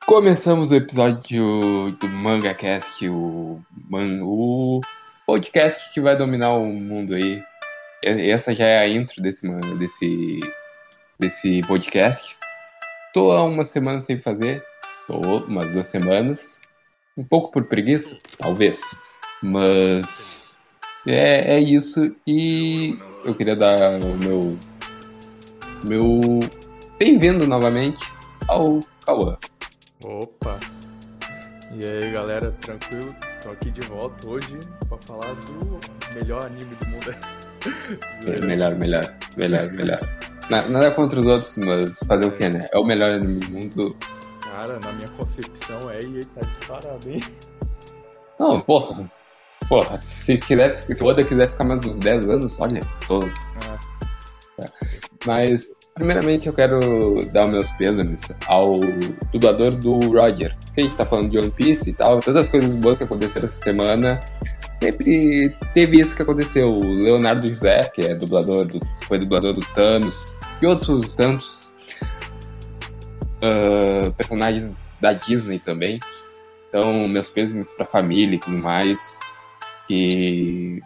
Começamos o episódio do MangaCast, o podcast que vai dominar o mundo aí. Essa já é a intro desse podcast. Tô há uma semana sem fazer, tô umas 2 semanas, um pouco por preguiça, talvez, mas é isso. E eu queria dar o meu bem-vindo novamente ao Cauã. Opa! E aí galera, tranquilo? Tô aqui de volta hoje pra falar do melhor anime do mundo. Melhor. Nada contra os outros, mas fazer o que, né? É o melhor anime do mundo. Cara, na minha concepção e aí tá disparado, hein? Não, porra, se o Oda quiser ficar mais uns 10 anos, olha, tô. Mas, primeiramente, eu quero dar os meus pêsames ao dublador do Roger. Que a gente tá falando de One Piece e tal, todas as coisas boas que aconteceram essa semana. Sempre teve isso que aconteceu. O Leonardo José, que foi dublador do Thanos, e outros tantos personagens da Disney também. Então, meus pêsames pra família e tudo mais. E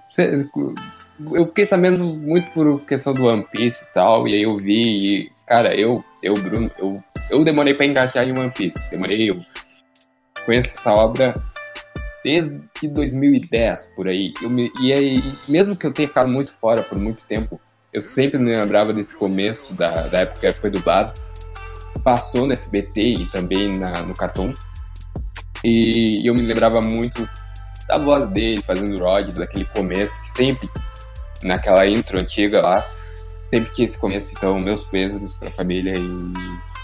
eu fiquei sabendo muito por questão do One Piece e tal, e aí eu vi, e, cara, Bruno, eu demorei pra engajar em One Piece. Eu conheço essa obra desde 2010, por aí. E aí, mesmo que eu tenha ficado muito fora por muito tempo, eu sempre me lembrava desse começo, da época que foi dublado. Passou no SBT e também no Cartoon. E eu me lembrava muito da voz dele, fazendo Roger, daquele começo, que sempre, naquela intro antiga lá, sempre tinha esse começo. Então, meus pêsames pra família e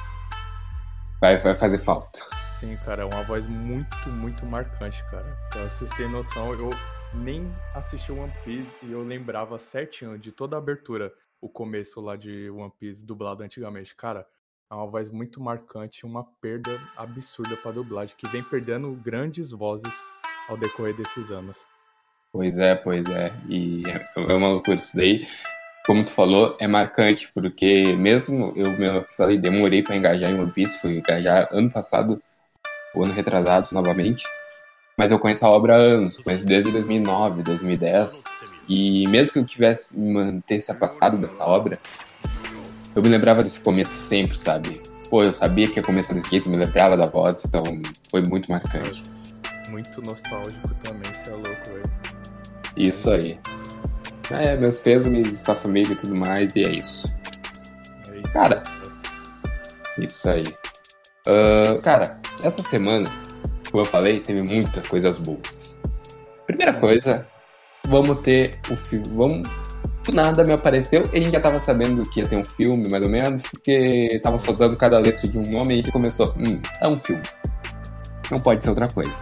vai fazer falta. Sim, cara, é uma voz muito, muito marcante, cara. Pra vocês terem noção, eu nem assisti One Piece e eu lembrava certinho de toda a abertura, o começo lá de One Piece dublado antigamente. Cara, é uma voz muito marcante, uma perda absurda pra dublagem, que vem perdendo grandes vozes ao decorrer desses anos. Pois é. E é uma loucura isso daí. Como tu falou, é marcante, porque mesmo eu falei, demorei pra engajar em One Piece, fui engajar ano passado, o ano retrasado novamente, mas eu conheço a obra há anos, conheço desde 2009, 2010, e mesmo que eu tivesse manter-se afastado dessa obra, eu me lembrava desse começo sempre, sabe? Pô, eu sabia que ia começar desse jeito, me lembrava da voz, então foi muito marcante. Muito nostálgico também, você é louco, velho. Isso aí. Meus pêsames pra família e tudo mais, e é isso. Cara, isso aí. Cara, essa semana, como eu falei, teve muitas coisas boas. Primeira coisa, vamos ter o filme. Do nada me apareceu, e a gente já tava sabendo que ia ter um filme, mais ou menos, porque tava soltando cada letra de um nome e a gente começou, é um filme. Não pode ser outra coisa.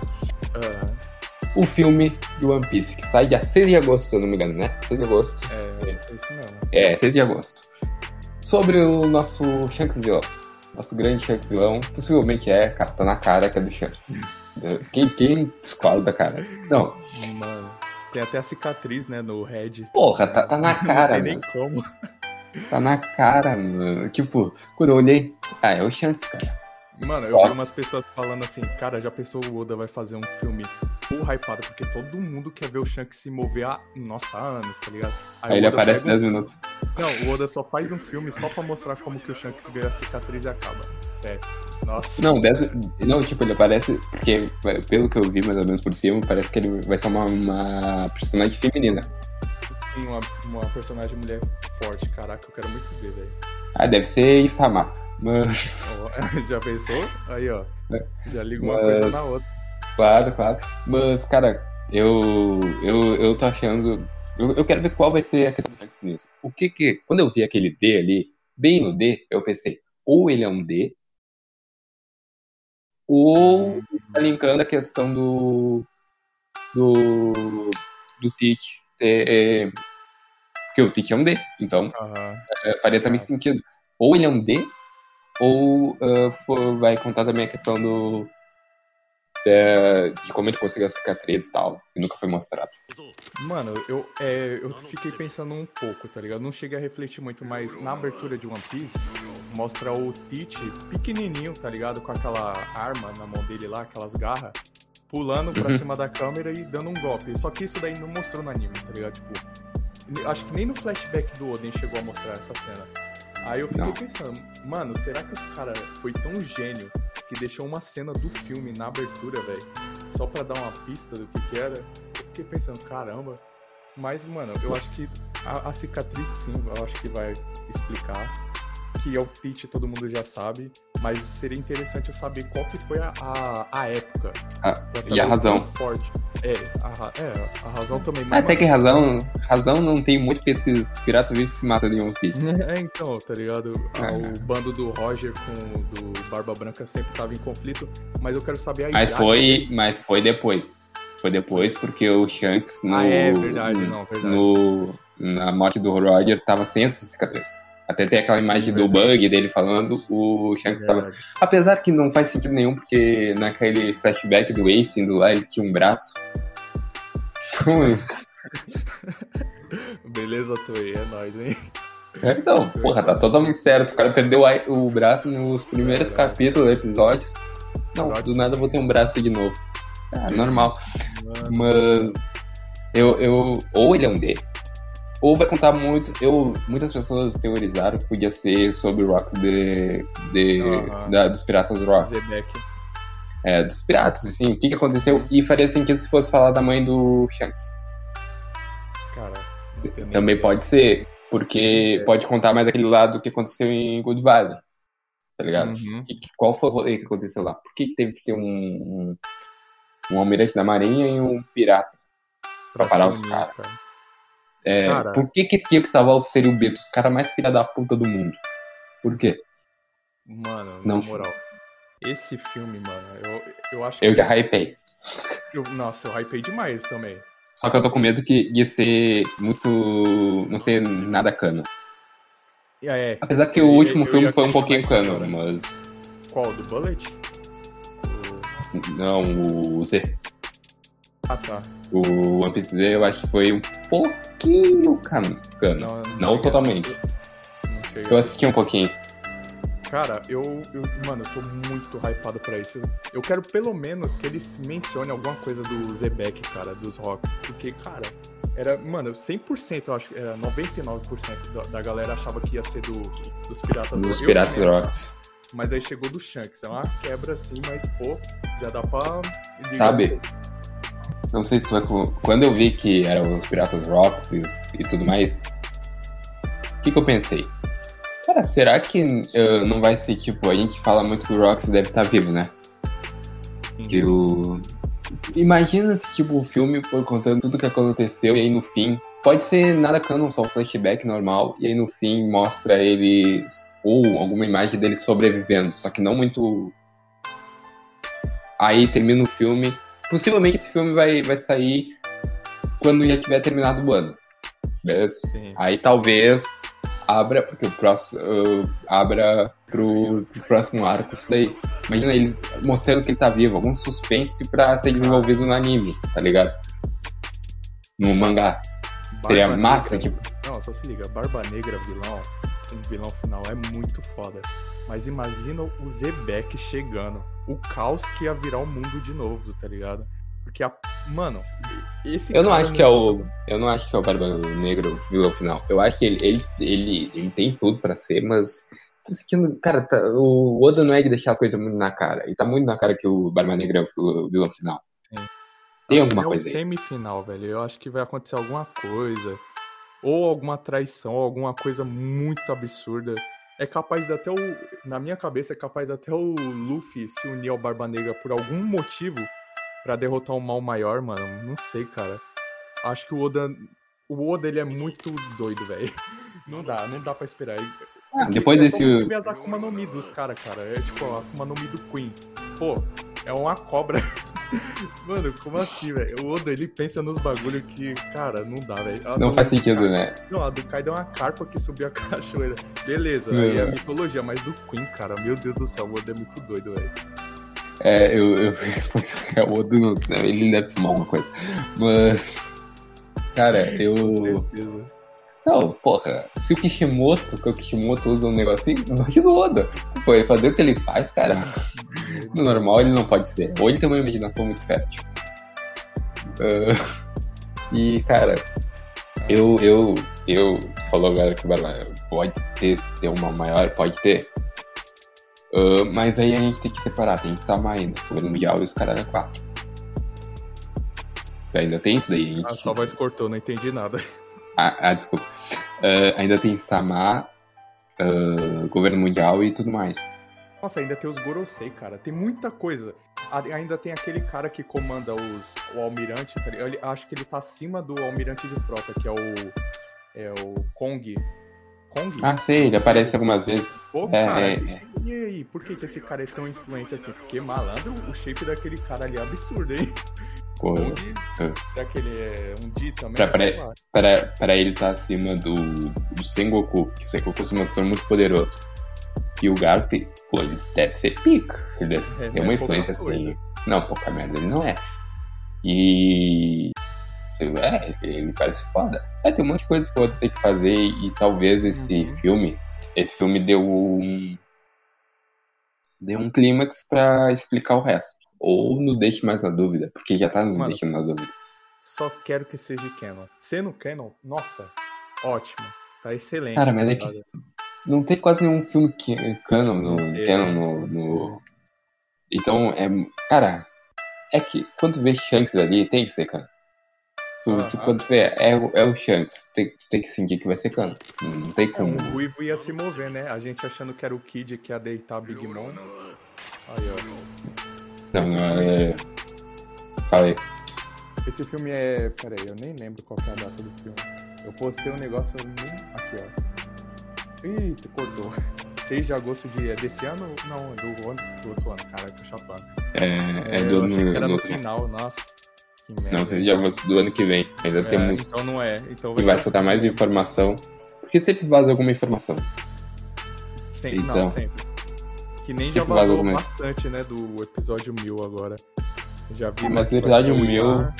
O filme de One Piece, que sai dia 6 de agosto, se eu não me engano, né? 6 de agosto. É isso mesmo. 6 de agosto. Sobre o nosso Shanks vilão. Nosso grande Shanks vilão, possivelmente cara, tá na cara que é do Shanks. Quem discorda, cara? Não. Mano, tem até a cicatriz, né, no head. Porra, tá na cara, não tem mano. nem como. Tá na cara, mano. Tipo, quando eu olhei, é o Shanks, cara. Mano, eu vi umas pessoas falando assim, cara, já pensou o Oda vai fazer um filme full hypado, porque todo mundo quer ver o Shanks se mover há anos, tá ligado? Aí ele aparece 10 minutos. Não, o Oda só faz um filme só pra mostrar como que o Shanks ganha a cicatriz e acaba. Nossa. Não, tipo, ele aparece, porque pelo que eu vi mais ou menos por cima, parece que ele vai ser uma personagem feminina. Sim, uma personagem mulher forte, caraca, eu quero muito ver, velho. Deve ser Isama. Mas... Já pensou? Aí, ó. Já liga uma coisa na outra. Claro. Mas, cara, eu tô achando... Eu quero ver qual vai ser a questão do Shanks nisso. Quando eu vi aquele D ali, bem no D, eu pensei, ou ele é um D, ou tá linkando a questão do Teach. Porque o Teach é um D, então faria também sentido. Ou ele é um D, ou vai contar também a questão de como ele conseguiu a cicatriz e tal, que nunca foi mostrado. Mano, eu fiquei pensando um pouco, tá ligado? Não cheguei a refletir muito, mas na abertura de One Piece, mostra o Teach pequenininho, tá ligado? Com aquela arma na mão dele lá, aquelas garras, pulando pra cima da câmera e dando um golpe. Só que isso daí não mostrou no anime, tá ligado? Tipo, acho que nem no flashback do Oden chegou a mostrar essa cena. Aí eu fiquei pensando, mano, será que esse cara foi tão gênio que deixou uma cena do filme na abertura, velho? Só pra dar uma pista do que era? Eu fiquei pensando, caramba. Mas, mano, eu acho que a cicatriz, sim, eu acho que vai explicar. Que é o Teach, todo mundo já sabe. Mas seria interessante eu saber qual que foi a época. E a razão. Forte. A razão também. Mas até que razão não tem muito que esses piratas vivos se matam em One Piece. Então, tá ligado? O bando do Roger com o do Barba Branca sempre tava em conflito. Mas eu quero saber a idade. Mas foi depois. Foi depois porque o Shanks verdade. Na morte do Roger tava sem essa cicatriz. Até tem aquela imagem do Bug dele falando, o Shanks tava... Apesar que não faz sentido nenhum, porque naquele flashback do Ace indo lá, ele tinha um braço. Beleza, Toei, é nóis, hein? Então, porra, tá totalmente certo. O cara perdeu o braço nos primeiros capítulos, episódios. Não, do nada eu vou ter um braço de novo. Normal. Mas... Ou ele é um D. Ou vai contar muito... Muitas pessoas teorizaram que podia ser sobre o Rocks dos Piratas Rocks. Zebek. Dos piratas, assim. O que aconteceu? E faria sentido se fosse falar da mãe do Shanks. Cara... Também pode ser. Porque pode contar mais aquele lado que aconteceu em Good Valley. Tá ligado? E qual foi o rolê que aconteceu lá? Por que teve que ter um almirante da marinha e um pirata pra parar os caras? Por que tinha que salvar os Terubito, os caras mais filha da puta do mundo? Por quê? Mano, na moral, esse filme, mano, eu acho que... Eu já hypei. Nossa, eu hypei demais também. Só que eu tô com medo que ia ser muito... não ser nada cano. Apesar que o último filme foi um pouquinho cano, mas... Qual? Do Bullet? Não, o Z. Ah, tá. O One Piece Z eu acho que foi um pouquinho cano. Não totalmente. Eu assisti um pouquinho. Cara, mano, eu tô muito hypado pra isso. Eu quero pelo menos que eles mencionem alguma coisa do Zebek, cara, dos Rocks. Porque, cara, era, mano, 100%, eu acho que era 99% da galera achava que ia ser dos Piratas Dos Piratas Rocks. Mas aí chegou do Shanks. É uma quebra assim, mas, pô, já dá pra... Sabe? Não sei se foi quando eu vi que eram os Piratas Rocks e tudo mais, o que eu pensei? Cara, será que não vai ser tipo, a gente fala muito que o Rocks deve estar vivo, né? Que imagina se tipo o filme for contando tudo que aconteceu e aí no fim, pode ser nada canon, só um flashback normal, e aí no fim mostra ele, ou alguma imagem dele sobrevivendo, só que não muito... Aí termina o filme. Possivelmente esse filme vai sair quando já tiver terminado o ano. Beleza? Sim. Aí talvez abra, porque o próximo abra pro próximo arco isso daí. Imagina ele mostrando que ele tá vivo, algum suspense pra ser desenvolvido no anime, tá ligado? No mangá. Seria massa, tipo. Não, só se liga, Barba Negra um vilão final é muito foda. Mas imagina o Zebek chegando. O caos que ia virar o mundo de novo, tá ligado? Porque, mano, esse eu não acho que é o Barba Negra o vilão final. Eu acho que ele tem tudo pra ser, mas... Cara, o Oda não é de deixar as coisas muito na cara. E tá muito na cara que o Barba Negra é o vilão final. Sim. Tem alguma coisa aí. É o semifinal, velho. Eu acho que vai acontecer alguma coisa. Ou alguma traição, ou alguma coisa muito absurda. É capaz de até na minha cabeça, é capaz de até o Luffy se unir ao Barba Negra por algum motivo pra derrotar um mal maior, mano. Não sei, cara. Acho que o Oda ele é muito doido, velho. Não dá pra esperar. Depois desse... Você vê as Akuma no Mi dos caras, cara. É tipo a Akuma no Mi do Queen. Pô, é uma cobra. Mano, como assim, velho? O Oda, ele pensa nos bagulho que, cara, não dá, velho. Não faz sentido, né? Não, a do Kaido é uma carpa que subiu a cachoeira. Beleza, aí é a mitologia, mas do Queen, cara, meu Deus do céu, o Oda é muito doido, velho. O Oda, ele deve fumar alguma coisa. Mas, cara, Com certeza. Não, porra, se o Kishimoto usa um negocinho, imagina o Oda. Pô, ele fazer o que ele faz, cara. No normal ele não pode ser. Ou ele tem uma imaginação muito fértil. E, cara, eu falou agora que pode ter uma maior, pode ter. Mas aí a gente tem que separar, tem Sama ainda, o Mundial e os caras 4. Ainda tem isso daí, gente. Sua voz cortou, não entendi nada. Desculpa. Ainda tem Sama, Governo Mundial e tudo mais. Nossa, ainda tem os Gorosei, cara. Tem muita coisa. Ainda tem aquele cara que comanda o almirante. Acho que ele tá acima do almirante de frota, que é o Kong. Kong? Ah, sei, ele aparece algumas vezes. Pô, cara, e aí, por que esse cara é tão influente assim? Porque, malandro, o shape daquele cara ali é absurdo, hein? Kong, será que ele é um Di também? Pra ele tá acima do Sengoku, que o Sengoku se mostrou muito poderoso. E o Garp, pô, ele deve ser pica. Ele deve ter uma influência assim. Coisa. Não, pouca merda, ele não é. E... ele parece foda. Tem um monte de coisas que o outro tem que fazer. E talvez esse filme deu um clímax pra explicar o resto. Ou nos deixe mais na dúvida, porque já tá nos deixando na dúvida. Só quero que seja canon. Sendo canon, nossa, ótimo. Tá excelente. Cara, mas é que não teve quase nenhum filme canon no... Então, cara, é que quando vê Shanks ali, tem que ser canon. Quando vê, é o Shanks. Tem que sentir que vai ser canon. Não tem como. O Ruivo ia se mover, né? A gente achando que era o Kid que ia deitar Big Mom. Aí, ó. Fala aí. Esse filme é... Peraí, eu nem lembro qual é a data do filme. Eu postei um negócio aqui, ó. Ih, cortou. 6 de agosto desse ano? Não, é do outro ano. Cara, eu tô chapando. Do ano... Era no final, nossa. Que merda. Não, 6 de agosto do ano que vem. Ainda temos... Então não é. Então vai soltar mais informação. Porque sempre vaza alguma informação. Sempre, então... Não, sempre. Que nem já vazou bastante, né, do episódio 1000 agora. Já vi. Mas o episódio 1000...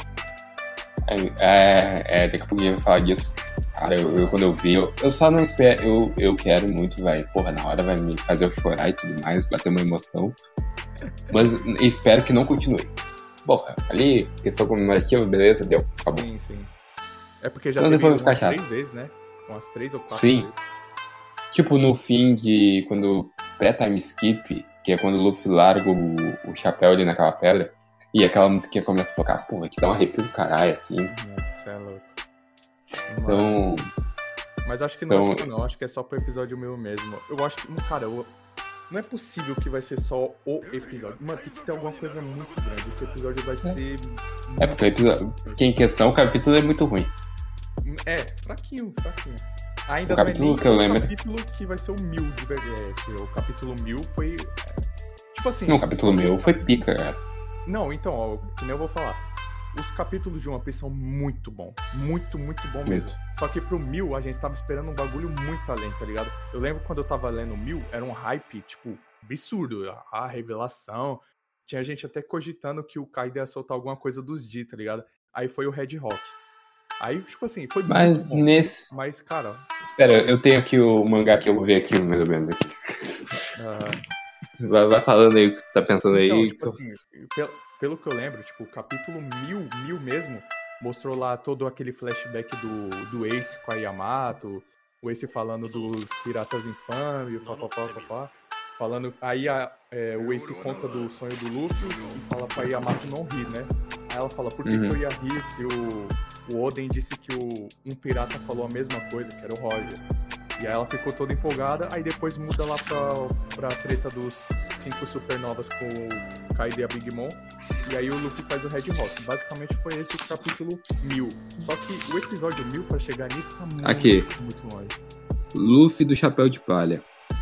daqui a pouco eu ia falar disso. Cara, quando eu vi, eu só não espero... Eu quero muito, porra, na hora vai me fazer eu chorar e tudo mais, bater uma emoção. Mas espero que não continue. Porra, ali, questão comemorativa, beleza, deu, acabou. Sim. É porque já teve umas 3 vezes, né? Umas 3 ou 4 vezes. Sim. Tipo, no fim de... Quando... Pré-time skip, que é quando o Luffy larga o chapéu ali naquela pedra, e aquela musiquinha começa a tocar, porra, que dá um arrepio do caralho, assim. Nossa, é louco. Então... Mas acho que não, acho que é só pro episódio 1000 mesmo. Eu acho que, cara, não é possível que vai ser só o episódio. Mano, tem que ter alguma coisa muito grande. Esse episódio vai ser... porque o episódio... Porque em questão, o capítulo é muito ruim. Fraquinho. Ainda o capítulo que eu lembro... O capítulo que vai ser o 1000 de verdade. O capítulo 1000 foi... Tipo assim... Não, o capítulo 1000 foi pica, cara. Não, então, ó, que nem eu vou falar. Os capítulos de One Piece são muito bom. Muito, muito bom mesmo. Só que pro 1000, a gente tava esperando um bagulho muito além, tá ligado? Eu lembro quando eu tava lendo o 1000, era um hype, tipo, absurdo. A revelação. Tinha gente até cogitando que o Kaido ia soltar alguma coisa dos Di, tá ligado? Aí foi o Red Rock. Aí, tipo assim, foi muito bom. Mas, cara... Espera, eu tenho aqui o mangá que eu vou ver aqui, mais ou menos, aqui. Vai falando aí o que tu tá pensando então, aí. Tipo assim, pelo que eu lembro, tipo, o capítulo 1000 mesmo, mostrou lá todo aquele flashback do Ace com a Yamato, o Ace falando dos piratas infames, papapá. Falando, aí o Ace conta do sonho do Luffy e fala pra Yamato não rir, né? Aí ela fala, por que eu ia rir se o Oden disse que um pirata falou a mesma coisa, que era o Roger. E aí ela ficou toda empolgada, aí depois muda lá pra treta dos 5 supernovas com o Kaido e a Big Mom. E aí o Luffy faz o Red Rock. Basicamente foi esse o capítulo 1000. Só que o episódio 1000, pra chegar nisso, tá muito longe. Luffy do Chapéu de Palha.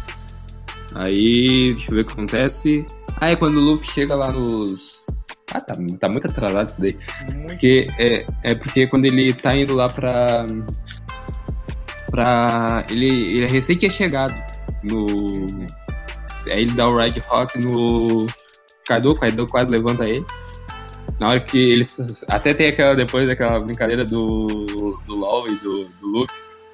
Aí, deixa eu ver o que acontece. Aí quando o Luffy chega lá nos... tá muito atrasado isso daí. Porque, porque quando ele tá indo lá pra... Ele recém tinha chegado no... Aí ele dá o Red Rock no Kaido, o Kaido quase levanta ele. Na hora que eles... Até tem depois aquela brincadeira do LOL e do Luffy.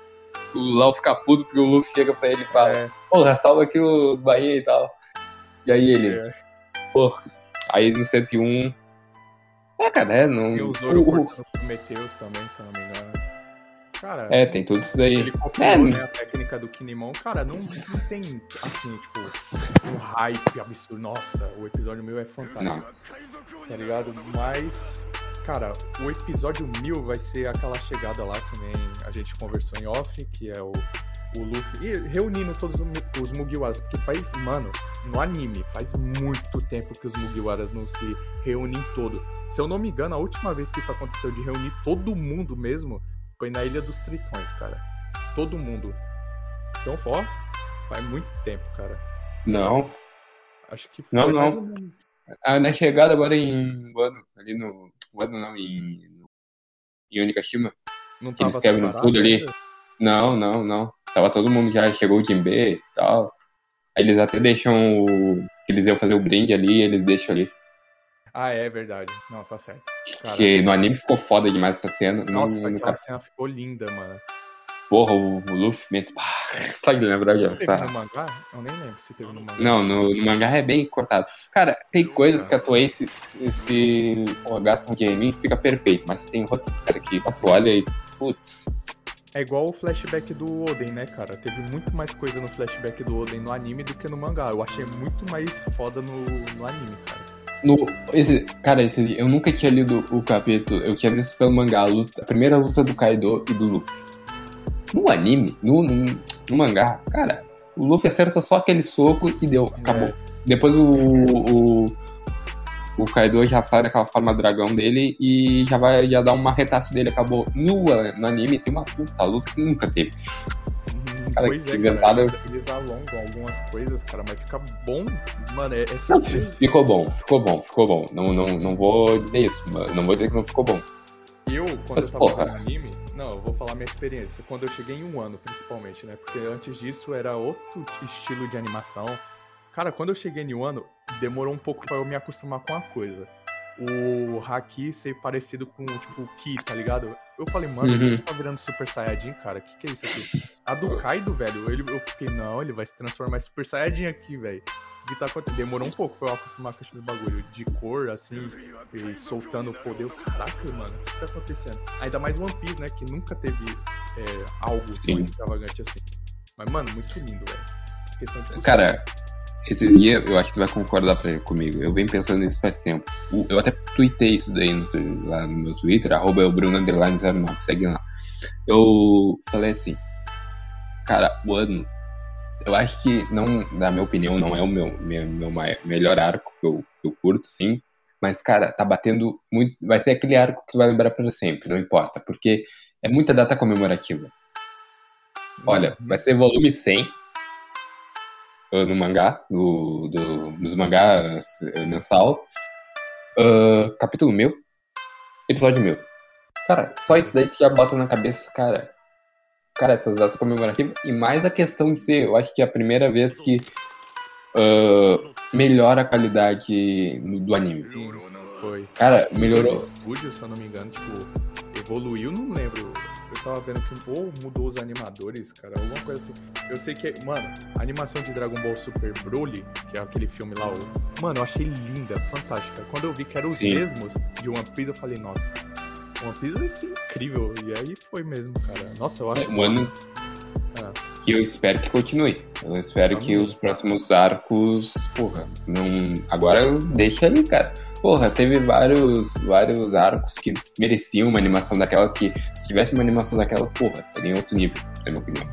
o Lau fica puto porque o Luffy chega pra ele e fala, porra, salva aqui os Bahia e tal. E aí ele, porra, aí no 101... cara, não... Tem o Zoro cortando o Prometheus também, se eu não me engano. Cara, tem tudo isso aí. Ele copiou, né, a técnica do Kinemon. Cara, não tem, assim, tipo, um hype absurdo. Nossa, o episódio 1000 é fantástico. Não. Tá ligado? Mas, cara, o episódio 1000 vai ser aquela chegada lá que nem a gente conversou em off, que é o Luffy. E reunindo todos os Mugiwaras, porque faz, mano, no anime, faz muito tempo que os Mugiwaras não se reúnem todo. Se eu não me engano, a última vez que isso aconteceu de reunir todo mundo mesmo foi na Ilha dos Tritões, cara. Todo mundo. Então, faz muito tempo, cara. Não. Acho que foi mais ou menos. Na chegada agora em Wano, ali no... Wano não, em Onigashima. Não que tava eles quebram tudo ali. ainda? Não. Tava todo mundo já, chegou o Jinbe e tal. Aí eles até deixam que eles iam fazer o brinde ali, eles deixam ali. Ah, é verdade. Não, tá certo. Porque no anime ficou foda demais essa cena. Nossa, aquela cena ficou linda, mano. Porra, o Luffy... Só de lembrar já. Teve no mangá? Eu nem lembro se teve no mangá. Não, no mangá é bem cortado. Cara, tem coisas que a Toei se gastam de mim fica perfeito. Mas tem outras, cara, que tu olha e... Putz... É igual o flashback do Oden, né, cara? Teve muito mais coisa no flashback do Oden no anime do que no mangá. Eu achei muito mais foda no anime, cara. Eu nunca tinha lido o capítulo, eu tinha visto pelo mangá a primeira luta do Kaido e do Luffy. No anime, no mangá, cara, o Luffy acerta só aquele soco e deu, acabou. Depois o Kaido já sai daquela forma dragão dele e já dá um marretaço dele, acabou. No anime tem uma puta luta que nunca teve. Cara, pois que inventada. Eles alongam algumas coisas, cara, mas fica bom. Mano, é surpresa. Ficou bom. Não vou dizer isso, não vou dizer que não ficou bom. Quando eu tava no anime, eu vou falar minha experiência. Quando eu cheguei em um ano, principalmente, né? Porque antes disso era outro estilo de animação. Cara, quando eu cheguei em um ano, demorou um pouco pra eu me acostumar com a coisa. O Haki ser parecido com, tipo, o Ki, tá ligado? Eu falei, mano, ele tá virando Super Saiyajin, cara. Que é isso aqui? A do Kaido, velho, eu fiquei, não, ele vai se transformar em Super Saiyajin aqui, velho. O que tá acontecendo? Demorou um pouco pra eu acostumar com esses bagulho de cor, assim, e soltando o poder. Caraca, mano, o que tá acontecendo? Ainda mais One Piece, né, que nunca teve algo tão extravagante assim. Mas, mano, muito lindo, velho. Cara... Esses dias, eu acho que tu vai concordar comigo. Eu venho pensando nisso faz tempo. Eu até tuitei isso daí lá no meu Twitter, @Bruno_09, segue lá. Eu falei assim, cara, o ano, eu acho que, não, na minha opinião, não é o meu melhor arco que eu curto, sim. Mas, cara, tá batendo muito. Vai ser aquele arco que tu vai lembrar pra sempre, não importa. Porque é muita data comemorativa. Olha, vai ser volume 100. No mangá, dos mangás mensal, capítulo 1000, episódio 1000. Cara, só isso daí que já bota na cabeça, cara, essas datas comemorativas, e mais a questão de ser, eu acho que é a primeira vez que melhora a qualidade do anime. Sim, foi. Cara, melhorou. Se eu não me engano, tipo, evoluiu, não lembro. Eu tava vendo que ou mudou os animadores, cara, alguma coisa assim. Eu sei que, mano, a animação de Dragon Ball Super Broly, que é aquele filme lá, mano, eu achei linda, fantástica. Quando eu vi que eram os mesmos de One Piece, eu falei, nossa, One Piece vai ser incrível. E aí foi mesmo, cara. Nossa, eu acho mano, e eu espero que continue. Eu espero que os próximos arcos, porra, não... Agora deixa ali, cara. Porra, teve vários arcos que mereciam uma animação daquela, que se tivesse uma animação daquela, porra, teria outro nível, na minha opinião.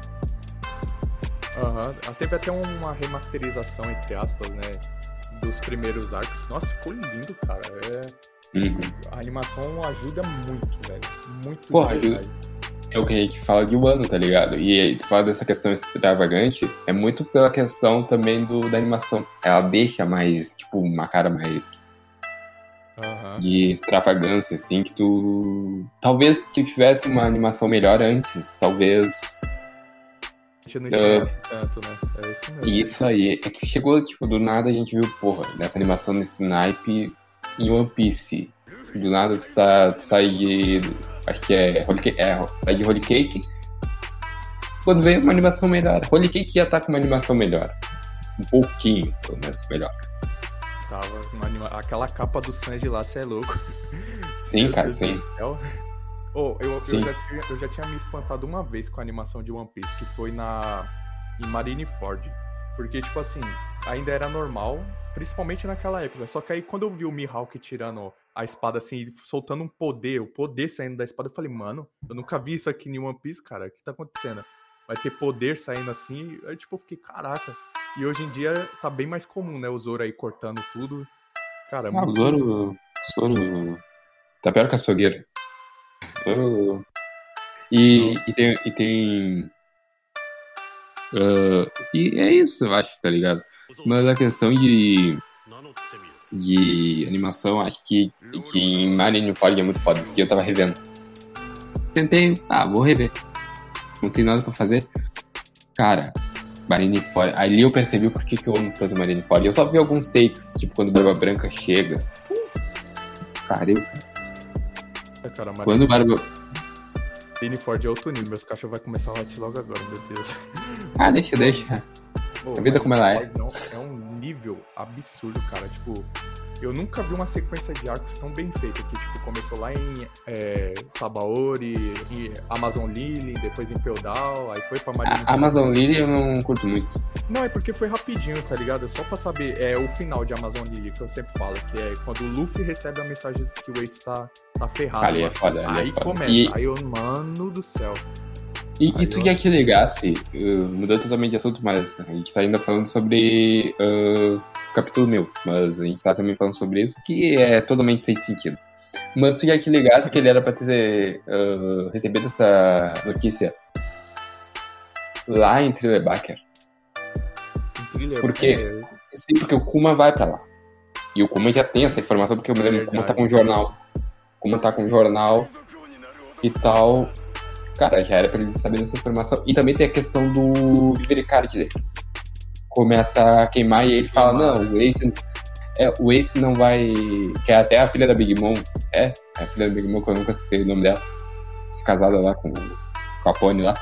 Teve até uma remasterização, entre aspas, né, dos primeiros arcos. Nossa, ficou lindo, cara. A animação ajuda muito, velho. Muito, porra, é o que a gente fala de Wano, tá ligado? E tu fala dessa questão extravagante, é muito pela questão também da animação. Ela deixa mais, tipo, uma cara mais... de extravagância, assim, que tu... Talvez se tivesse uma animação melhor antes, talvez... A gente não esquece tanto, né? É isso mesmo. Isso aí. É que chegou, tipo, do nada a gente viu, porra, nessa animação, nesse naipe, em One Piece. Do nada tu sai de... Acho que sai de Holy Cake. quando veio uma animação melhor. Holy Cake já tá com uma animação melhor. Um pouquinho, pelo menos, melhor. Tava aquela capa do Sanji lá, você é louco. Sim, Meu cara, Deus sim. do céu. Oh, eu Sim. já tinha me espantado uma vez com a animação de One Piece, que foi em Marineford. Porque, tipo assim, ainda era normal, principalmente naquela época. Só que aí, quando eu vi o Mihawk tirando a espada, assim, soltando o poder saindo da espada, eu falei, mano, eu nunca vi isso aqui em One Piece, cara. O que tá acontecendo? Vai ter poder saindo assim. Aí, tipo, eu fiquei, caraca. E hoje em dia tá bem mais comum, né? O Zoro aí cortando tudo. Cara, Ah, o muito. Zoro tá pior que a açougueira. Zoro... Não, E tem e é isso, eu acho, tá ligado? Mas a questão de animação, acho que em Marineford é muito foda. Esse dia eu tava revendo. Tentei, vou rever. Não tem nada pra fazer. Cara, Marineford. Ali eu percebi por que eu amo tanto Marineford. Eu só vi alguns takes, tipo quando Barba Branca chega. Caramba. cara, Quando Barba. Marineford é outro nível. Meus cachorros vão começar a latir logo agora, meu Deus. Deixa. Pô, A vida como ela é. É um nível absurdo, cara. Tipo, eu nunca vi uma sequência de arcos tão bem feita que, tipo, começou lá em Sabaori, em Amazon Lily, depois em Feudal, aí foi pra Marineford. A Amazon Lily eu não curto muito. Não, é porque foi rapidinho, tá ligado? É só pra saber, o final de Amazon Lily, que eu sempre falo, que é quando o Luffy recebe a mensagem que o Ace tá ferrado. Ali é foda, aí é foda. Começa, aí eu, mano do céu. E tu já te ligasse, mudando totalmente de assunto, mas a gente tá ainda falando sobre capítulo meu, mas a gente tá também falando sobre isso, que é totalmente sem sentido. Mas tu já te ligasse que ele era pra ter recebido essa notícia lá em Thriller Barker? Porque o Kuma vai pra lá. E o Kuma já tem essa informação, porque eu me lembro que o Kuma tá com um jornal. O Kuma tá com um jornal e tal. Cara, já era pra ele saber dessa informação. E também tem a questão do Vivericard dele. Começa a queimar e ele fala, não, o Ace não vai... Que é até a filha da Big Mom. A filha da Big Mom, que eu nunca sei o nome dela. Casada lá com a Pony lá.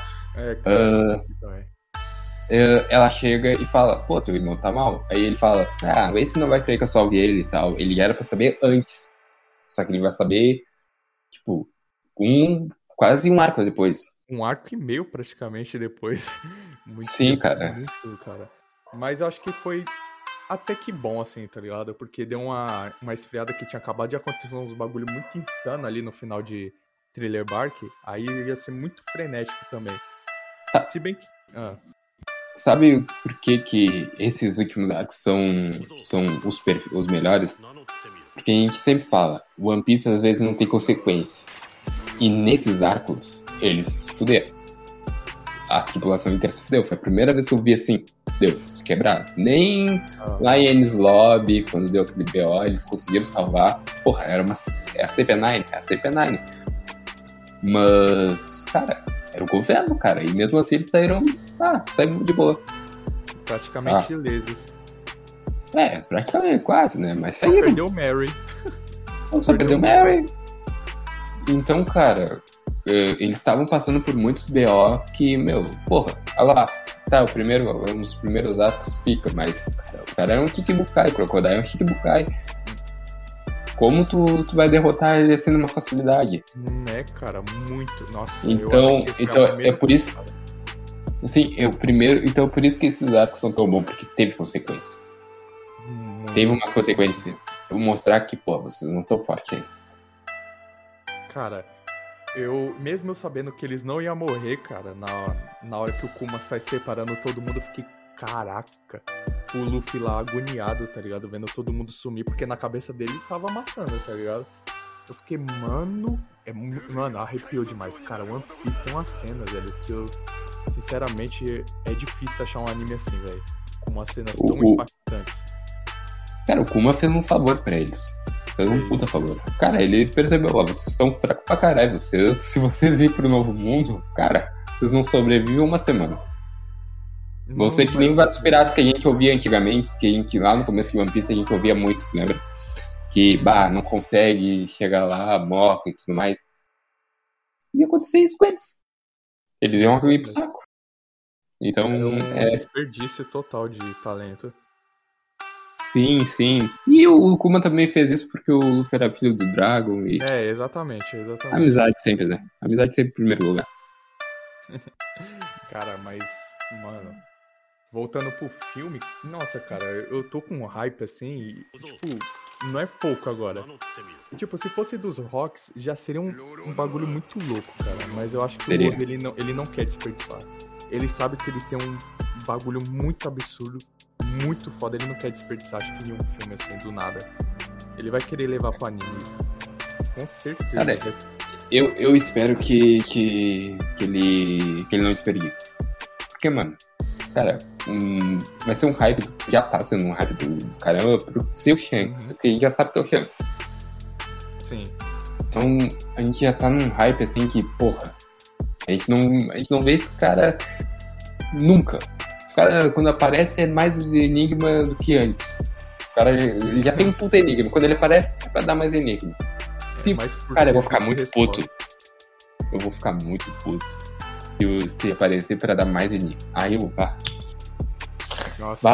Ela chega e fala, pô, teu irmão tá mal. Aí ele fala, o Ace não vai querer que eu salve ele e tal. Ele já era pra saber antes. Só que ele vai saber, tipo, quase um arco depois. Um arco e meio, praticamente, depois. Sim, cara. Muito, cara. Mas eu acho que foi até que bom, assim, tá ligado? Porque deu uma esfriada que tinha acabado de acontecer uns bagulho muito insano ali no final de Thriller Bark. Aí ia ser muito frenético também. Se bem que... Sabe por que esses últimos arcos são os melhores? Porque a gente sempre fala, o One Piece às vezes não tem consequência. E nesses arcos, eles fuderam. A tripulação inteira se fudeu. Foi a primeira vez que eu vi assim, deu, se quebraram. Nem lá em Enies Lobby, quando deu aquele BO, eles conseguiram salvar. Porra, é a CP9. Mas, cara, era o governo, cara. E mesmo assim eles saíram de boa. Praticamente ilesos. Praticamente, quase, né? Mas saíram. Perdeu o Mary. Só perdeu o Mary. Então, cara, eles estavam passando por muitos BO que, porra, Alasca. Tá, um dos primeiros arcos pica, mas, cara, o cara é um Kikibukai, o Crocodile é um Kikibukai. Como tu vai derrotar ele assim numa facilidade? Cara, muito. Nossa, então é por isso. Assim, então é por isso que esses arcos são tão bons, porque teve consequência. Teve umas consequências. Eu vou mostrar que, pô, vocês não estão fortes ainda. Cara, mesmo eu sabendo que eles não iam morrer, cara, na hora que o Kuma sai separando todo mundo, eu fiquei, caraca, o Luffy lá agoniado, tá ligado? Vendo todo mundo sumir, porque na cabeça dele tava matando, tá ligado? Eu fiquei, mano, arrepiou demais. Cara, One Piece tem uma cena, velho, que eu, sinceramente, é difícil achar um anime assim, velho, com umas cenas tão impactantes. Cara, o Kuma fez um favor pra eles. Fez um puta favor. Cara, ele percebeu, vocês estão fracos pra caralho. Se vocês irem pro novo mundo, cara, vocês não sobrevivem uma semana. Vão ser que nem vários piratas que a gente ouvia antigamente, que a gente lá no começo de One Piece a gente ouvia muito, lembra? Que, não consegue chegar lá, morre e tudo mais. E acontecer isso com eles. Eles iam ir pro saco. Então, Era um desperdício total de talento. sim. E o Kuma também fez isso porque o Luffy era filho do Dragon e Exatamente. amizade sempre, né? Amizade sempre em primeiro lugar. Cara, mas, mano, voltando pro filme, nossa, cara, eu tô com um hype assim, e, tipo, não é pouco agora. Tipo, se fosse dos Rocks, já seria um bagulho muito louco, cara. Mas eu acho que Seria. o Oda, ele não quer desperdiçar. Ele sabe que ele tem um bagulho muito absurdo, muito foda. Ele não quer desperdiçar, acho que em um filme assim, do nada. Ele vai querer levar pro anime isso. Com certeza. Cara, eu espero que ele não desperdice. Porque, mano, cara, vai ser um hype, já tá sendo um hype do caramba pro seu Shanks, porque a gente já sabe que é o Shanks. Sim. Então, a gente já tá num hype assim que, porra, a gente não vê esse cara nunca. Esse cara, quando aparece, é mais enigma do que antes. O cara já tem um puta enigma. Quando ele aparece, é pra dar mais enigma. Cara, eu vou ficar muito puto. Eu vou ficar muito puto se aparecer pra dar mais enigma. Aí eu vou. Nossa,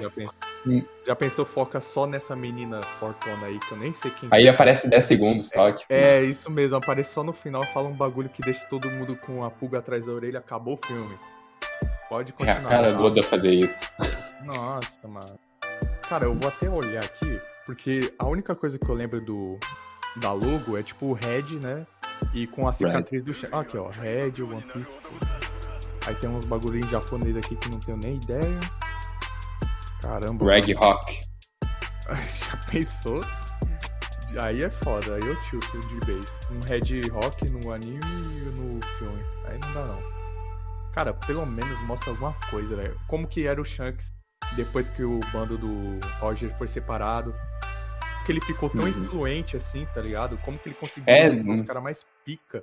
já pensou, foca só nessa menina fortuna aí, que eu nem sei quem aí aparece 10 segundos só, tipo. É, isso mesmo, aparece só no final, fala um bagulho que deixa todo mundo com a pulga atrás da orelha, acabou o filme. Pode continuar. É a cara do Oda fazer isso. Nossa, mano. Cara, eu vou até olhar aqui, porque a única coisa que eu lembro da logo é tipo o Red, né? E com a cicatriz do chão. Aqui, ó, Red, One Piece. Aí tem uns bagulhinhos em japonês aqui que não tenho nem ideia. Caramba. Red Rock. Já pensou? Aí é foda, aí eu tilto de vez. Um Red Rock no anime e no filme. Aí não dá não. Cara, pelo menos mostra alguma coisa, velho. Como que era o Shanks depois que o bando do Roger foi separado. Que ele ficou tão influente assim, tá ligado? Como que ele conseguiu os caras mais pica.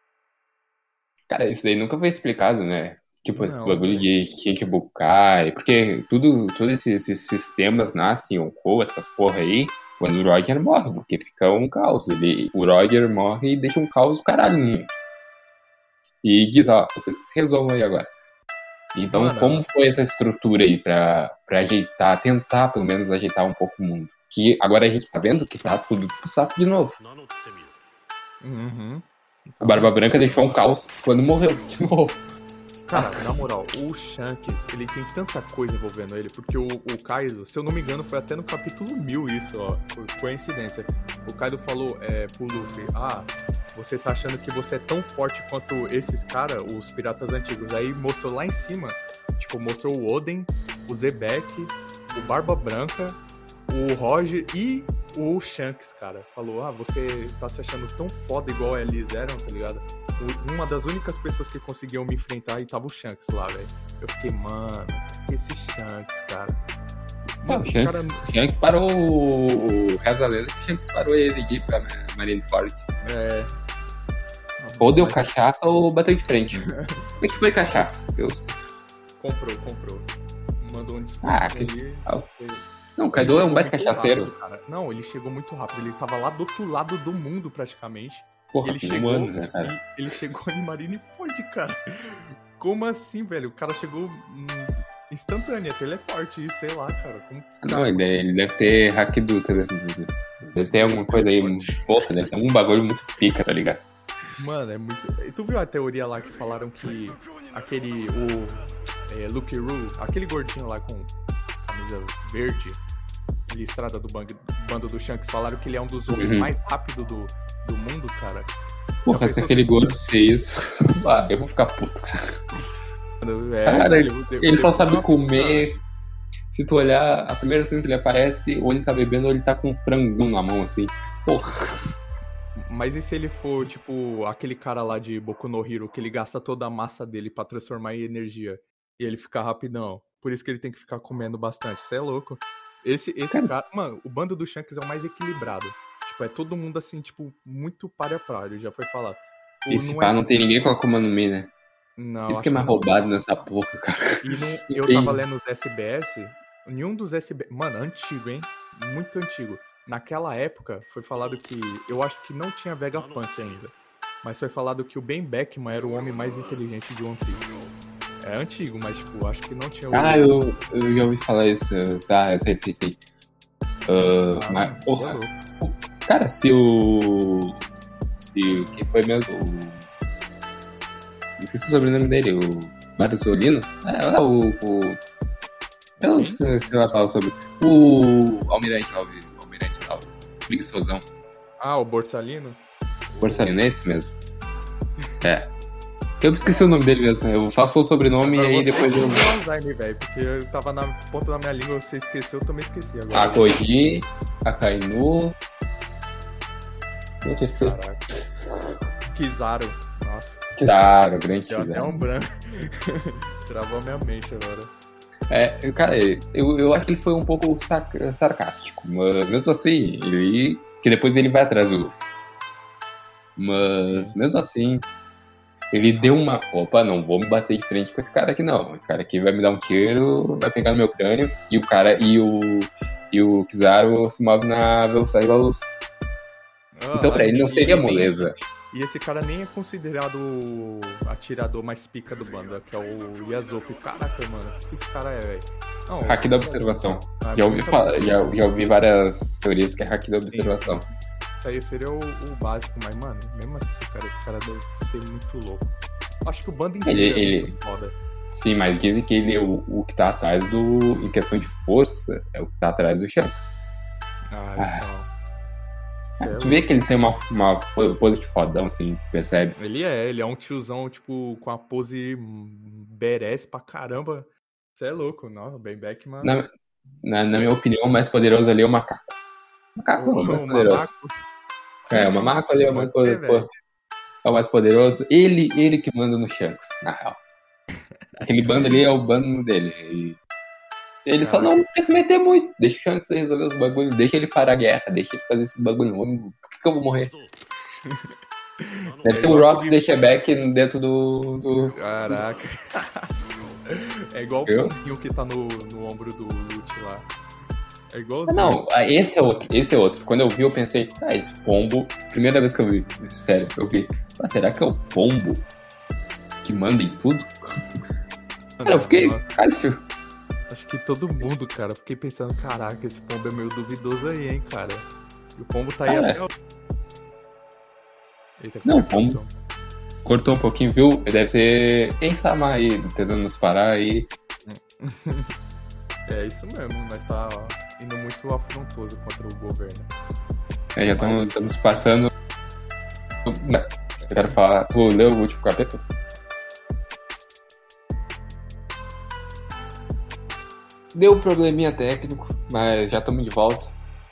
Cara, isso daí nunca foi explicado, né? Tipo, esse bagulho de Shinkibukai, porque todos esses sistemas nascem, ou essas porra aí, quando o Roger morre, porque fica um caos. O Roger morre e deixa um caos do caralho no mundo. E diz, ó, vocês que se resolvam aí agora. Então, como foi essa estrutura aí pra ajeitar, tentar pelo menos ajeitar um pouco o mundo? Que agora a gente tá vendo que tá tudo pro saco de novo. O Barba Branca deixou um caos quando morreu, de novo. Cara, na moral, o Shanks, ele tem tanta coisa envolvendo ele, porque o Kaido, se eu não me engano, foi até no capítulo 1000 isso, ó, por coincidência. O Kaido falou pro Luffy, você tá achando que você é tão forte quanto esses caras, os piratas antigos. Aí mostrou lá em cima, tipo, mostrou o Oden, o Zebek, o Barba Branca, o Roger e o Shanks, cara. Falou, você tá se achando tão foda igual eles eram, tá ligado? Uma das únicas pessoas que conseguiam me enfrentar e tava o Shanks lá, velho. Eu fiquei, mano, esse Shanks, cara. Mano, Shanks parou o Reza Lenda, que Shanks parou ele de ir pra Marineford. Ou deu cachaça ou bateu de frente. Como é que foi cachaça? Comprou. Mandou um discurso Não, o Kaido é um baita cachaceiro. Rápido, não, ele chegou muito rápido. Ele tava lá do outro lado do mundo, praticamente. Porra, ele chegou, né, cara? Ele chegou em Marineford, cara. Como assim, velho? O cara chegou instantânea, teleporte, sei lá, cara. Não, ele deve ter hack do telefone. Deve ter alguma coisa aí, porra, deve ter algum bagulho muito pica, tá ligado? Mano, é muito... Tu viu a teoria lá que falaram que aquele, Luke Roo, aquele gordinho lá com camisa verde, listrada do bando do Shanks, falaram que ele é um dos homens mais rápidos do mundo, cara. Porra, se aquele gordo ser isso, eu vou ficar puto, cara. Cara, ele só sabe comer. Se tu olhar, a primeira cena que ele aparece, ou ele tá bebendo, ou ele tá com um frangão na mão, assim. Porra. Mas e se ele for, tipo, aquele cara lá de Boku no Hero, que ele gasta toda a massa dele pra transformar em energia, e ele fica rapidão? Por isso que ele tem que ficar comendo bastante. Isso é louco. Esse cara... Mano, o bando do Shanks é o mais equilibrado. Tipo, é todo mundo, assim, tipo, muito páreo, já foi falado. Esse pá não tem ninguém com a Akuma no Mi, né? Não. Isso que é mais roubado nessa porra, cara. E eu tava lendo os SBS, nenhum dos SBS... Mano, antigo, hein? Muito antigo. Naquela época, foi falado que... Eu acho que não tinha Vegapunk ainda. Mas foi falado que o Ben Beckman era o homem mais inteligente de One Piece. É antigo, mas, tipo, acho que não tinha o... Ah, eu já ouvi falar isso. Tá, eu sei. Mas, é porra, louco. cara, se o. Quem foi mesmo? Esqueci o sobrenome dele, o Marzolino? Eu não sei se ela fala sobre. O Almirante lá, o preguiçosão. Ah, o Borsalino? Borsalino, é esse mesmo. É. Eu esqueci o nome dele mesmo. Eu faço o sobrenome Agora e aí você depois que eu. tem Alzheimer, velho, porque eu tava na ponta da minha língua, você esqueceu, eu também esqueci agora. A Koji, a Kainu. Gente, esse. Caraca. Kizaru. Nossa, Claro, grande deu até Kizaru. um branco. Travou a minha mente agora. Cara, eu acho que ele foi um pouco sarcástico, mas mesmo assim, que depois ele vai atrás do Luffy. Mas mesmo assim, ele deu uma. Opa, não vou me bater de frente com esse cara aqui, não. Esse cara aqui vai me dar um tiro, vai pegar no meu crânio, e o Kizaru se move na velocidade da luz. Então pra ele não seria moleza. E esse cara nem é considerado o atirador mais pica do bando, que é o Yasuko. Caraca, mano, o que esse cara é, velho? Hack da observação. Ah, Já ouvi várias teorias que é hack da observação. Isso aí seria o básico, mas, mano, mesmo assim, cara, esse cara deve ser muito louco. Acho que o bando inteiro é muito foda. Sim, mas dizem que ele, o que tá atrás em questão de força, é o que tá atrás do Shanks. Então. Tu vê que ele tem uma pose de fodão, assim, percebe? Ele é um tiozão, tipo, com a pose badass pra caramba. Você é louco, não, bem Beckman. Na minha opinião, o mais poderoso ali é o macaco. O macaco é o mais poderoso. O macaco ali é o mais poderoso. É o mais poderoso. Ele que manda no Shanks, na real. Aquele bando ali é o bando dele. E ele só não quer se meter muito. Deixa o Shanks resolver os bagulhos. Deixa ele parar a guerra. Deixa ele fazer esse bagulho. Por que eu vou morrer? Deve ser o Rocks deixa back dentro do... Caraca. É igual o pombinho que tá no ombro do Lute lá. É igualzinho. Não, esse é outro. Quando eu vi, eu pensei, esse pombo... Primeira vez que eu vi, sério, eu vi. Será que é o pombo que manda em tudo? Cara, eu fiquei... Cara, acho que todo mundo, cara, fiquei pensando, caraca, esse pombo é meio duvidoso aí, hein, cara. E o pombo tá aí até... Eita, não, o pombo cortou um pouquinho, viu? Deve ser Ensama aí, tentando nos parar aí. É isso mesmo, nós tá indo muito afrontoso contra o governo. Já estamos passando... Eu quero falar... Tu leu o último capítulo? Deu um probleminha técnico, mas já estamos de volta.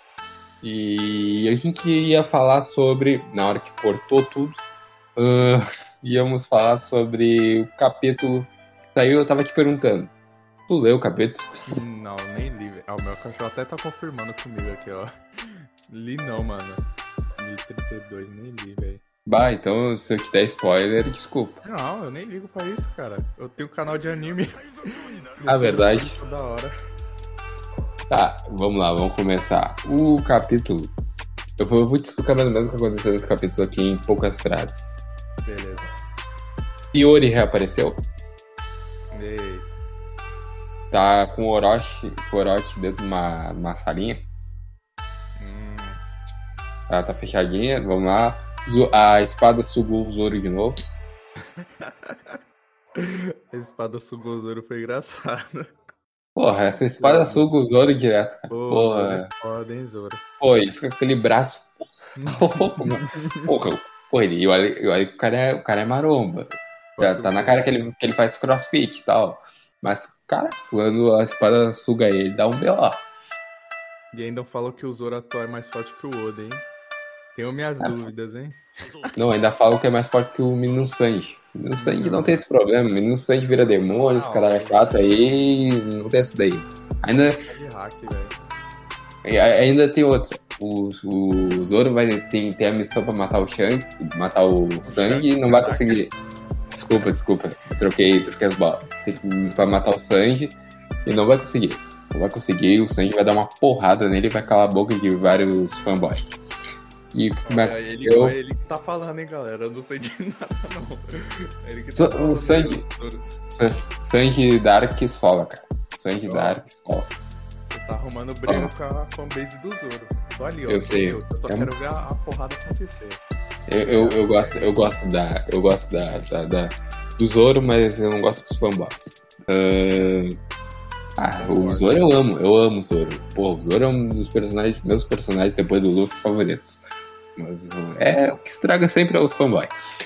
E a gente ia falar sobre, na hora que cortou tudo, íamos falar sobre o capítulo que saiu. Eu tava te perguntando, tu leu o capítulo? Não, nem li. O meu cachorro até tá confirmando comigo aqui, ó. Li não, mano. Li 32, nem li, velho. Bah, então se eu te der spoiler, desculpa. Não, eu nem ligo pra isso, cara. Eu tenho um canal de anime. Verdade. Toda hora. Tá, vamos lá, vamos começar. O capítulo... Eu vou te explicar mais ou menos o que aconteceu nesse capítulo aqui em poucas frases. Beleza. Iori reapareceu. Ei. Tá com o Orochi dentro de uma salinha. Ela tá fechadinha, vamos lá. A espada sugou o Zoro de novo. A espada sugou o Zoro foi engraçado. Porra, essa espada suga o Zoro direto, cara. Porra. Foda, hein, Zoro. Pô, ele fica com aquele braço. Porra, ele olha que o cara é maromba. Já tá na cara que ele faz crossfit e tal. Mas, cara, quando a espada suga ele, dá um B.O. E ainda falam que o Zoro atual é mais forte que o Oda, hein? Tenho minhas dúvidas, hein? Não, ainda falam que é mais forte que o menino Sanji. O menino Sanji não tem esse problema. O menino Sanji vira demônio, os caras é 4 aí, não tem isso daí. Ainda tem outra. O Zoro tem a missão pra matar o Sanji e não vai conseguir. Desculpa. Troquei as balas. Vai matar o Sanji e não vai conseguir. Não vai conseguir, o Sanji vai dar uma porrada nele e vai calar a boca de vários fanboys. E o que mais ele que tá falando, hein, galera? Eu não sei de nada, não. Ele que tá falando. Sanji Dark Sola, cara. Sanji Dark Sola. Você tá arrumando briga com a fanbase do Zoro. Tô ali, ó. Eu sei. Eu só quero ver a porrada acontecer. Eu gosto do Zoro, mas eu não gosto dos fanboys. O Zoro eu amo o Zoro. Pô, o Zoro é um dos meus personagens depois do Luffy favoritos. Mas o que estraga sempre é os fanboys.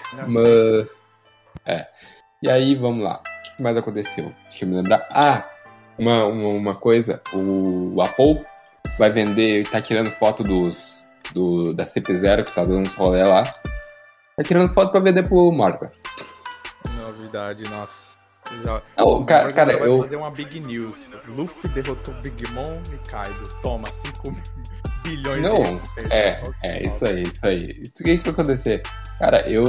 E aí, vamos lá. O que mais aconteceu? Deixa eu me lembrar. Uma coisa. O Apple vai vender, tá tirando foto da CP0, que tá dando uns rolê lá. Tá tirando foto pra vender pro Morgas. Novidade, nossa. Cara, vai fazer uma big news. Luffy derrotou Big Mom e Kaido. Toma, 5 bilhões Não, de isso aí. Isso que vai acontecer? Cara, eu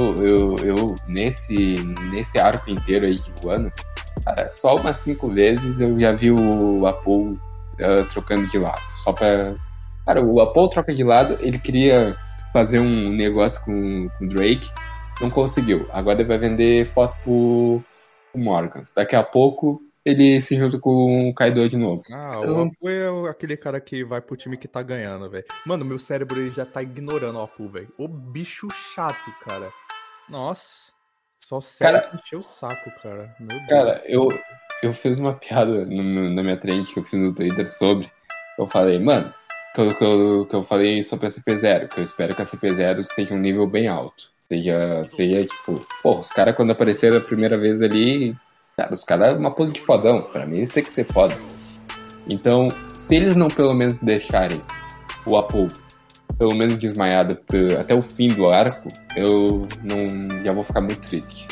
nesse arco inteiro aí de Wano, cara, só umas 5 vezes eu já vi o Apple trocando de lado. Só pra... Cara, o Apple troca de lado, ele queria fazer um negócio com o Drake, não conseguiu. Agora ele vai vender foto pro Morgans. Daqui a pouco ele se junta com o Kaido de novo. O Apu é aquele cara que vai pro time que tá ganhando, velho. Mano, meu cérebro ele já tá ignorando o Apu, velho. O bicho chato, cara. Nossa. Só serve encher o saco, cara. Meu Deus. Cara, eu fiz uma piada na minha trend que eu fiz no Twitter sobre. Eu falei, mano, que eu falei sobre a CP0, que eu espero que a CP0 seja um nível bem alto. Seja tipo, os caras quando apareceram a primeira vez ali, cara, os caras uma pose de fodão. Pra mim eles têm que ser foda. Então, se eles não pelo menos deixarem o Apu pelo menos desmaiado até o fim do arco, eu não já vou ficar muito triste.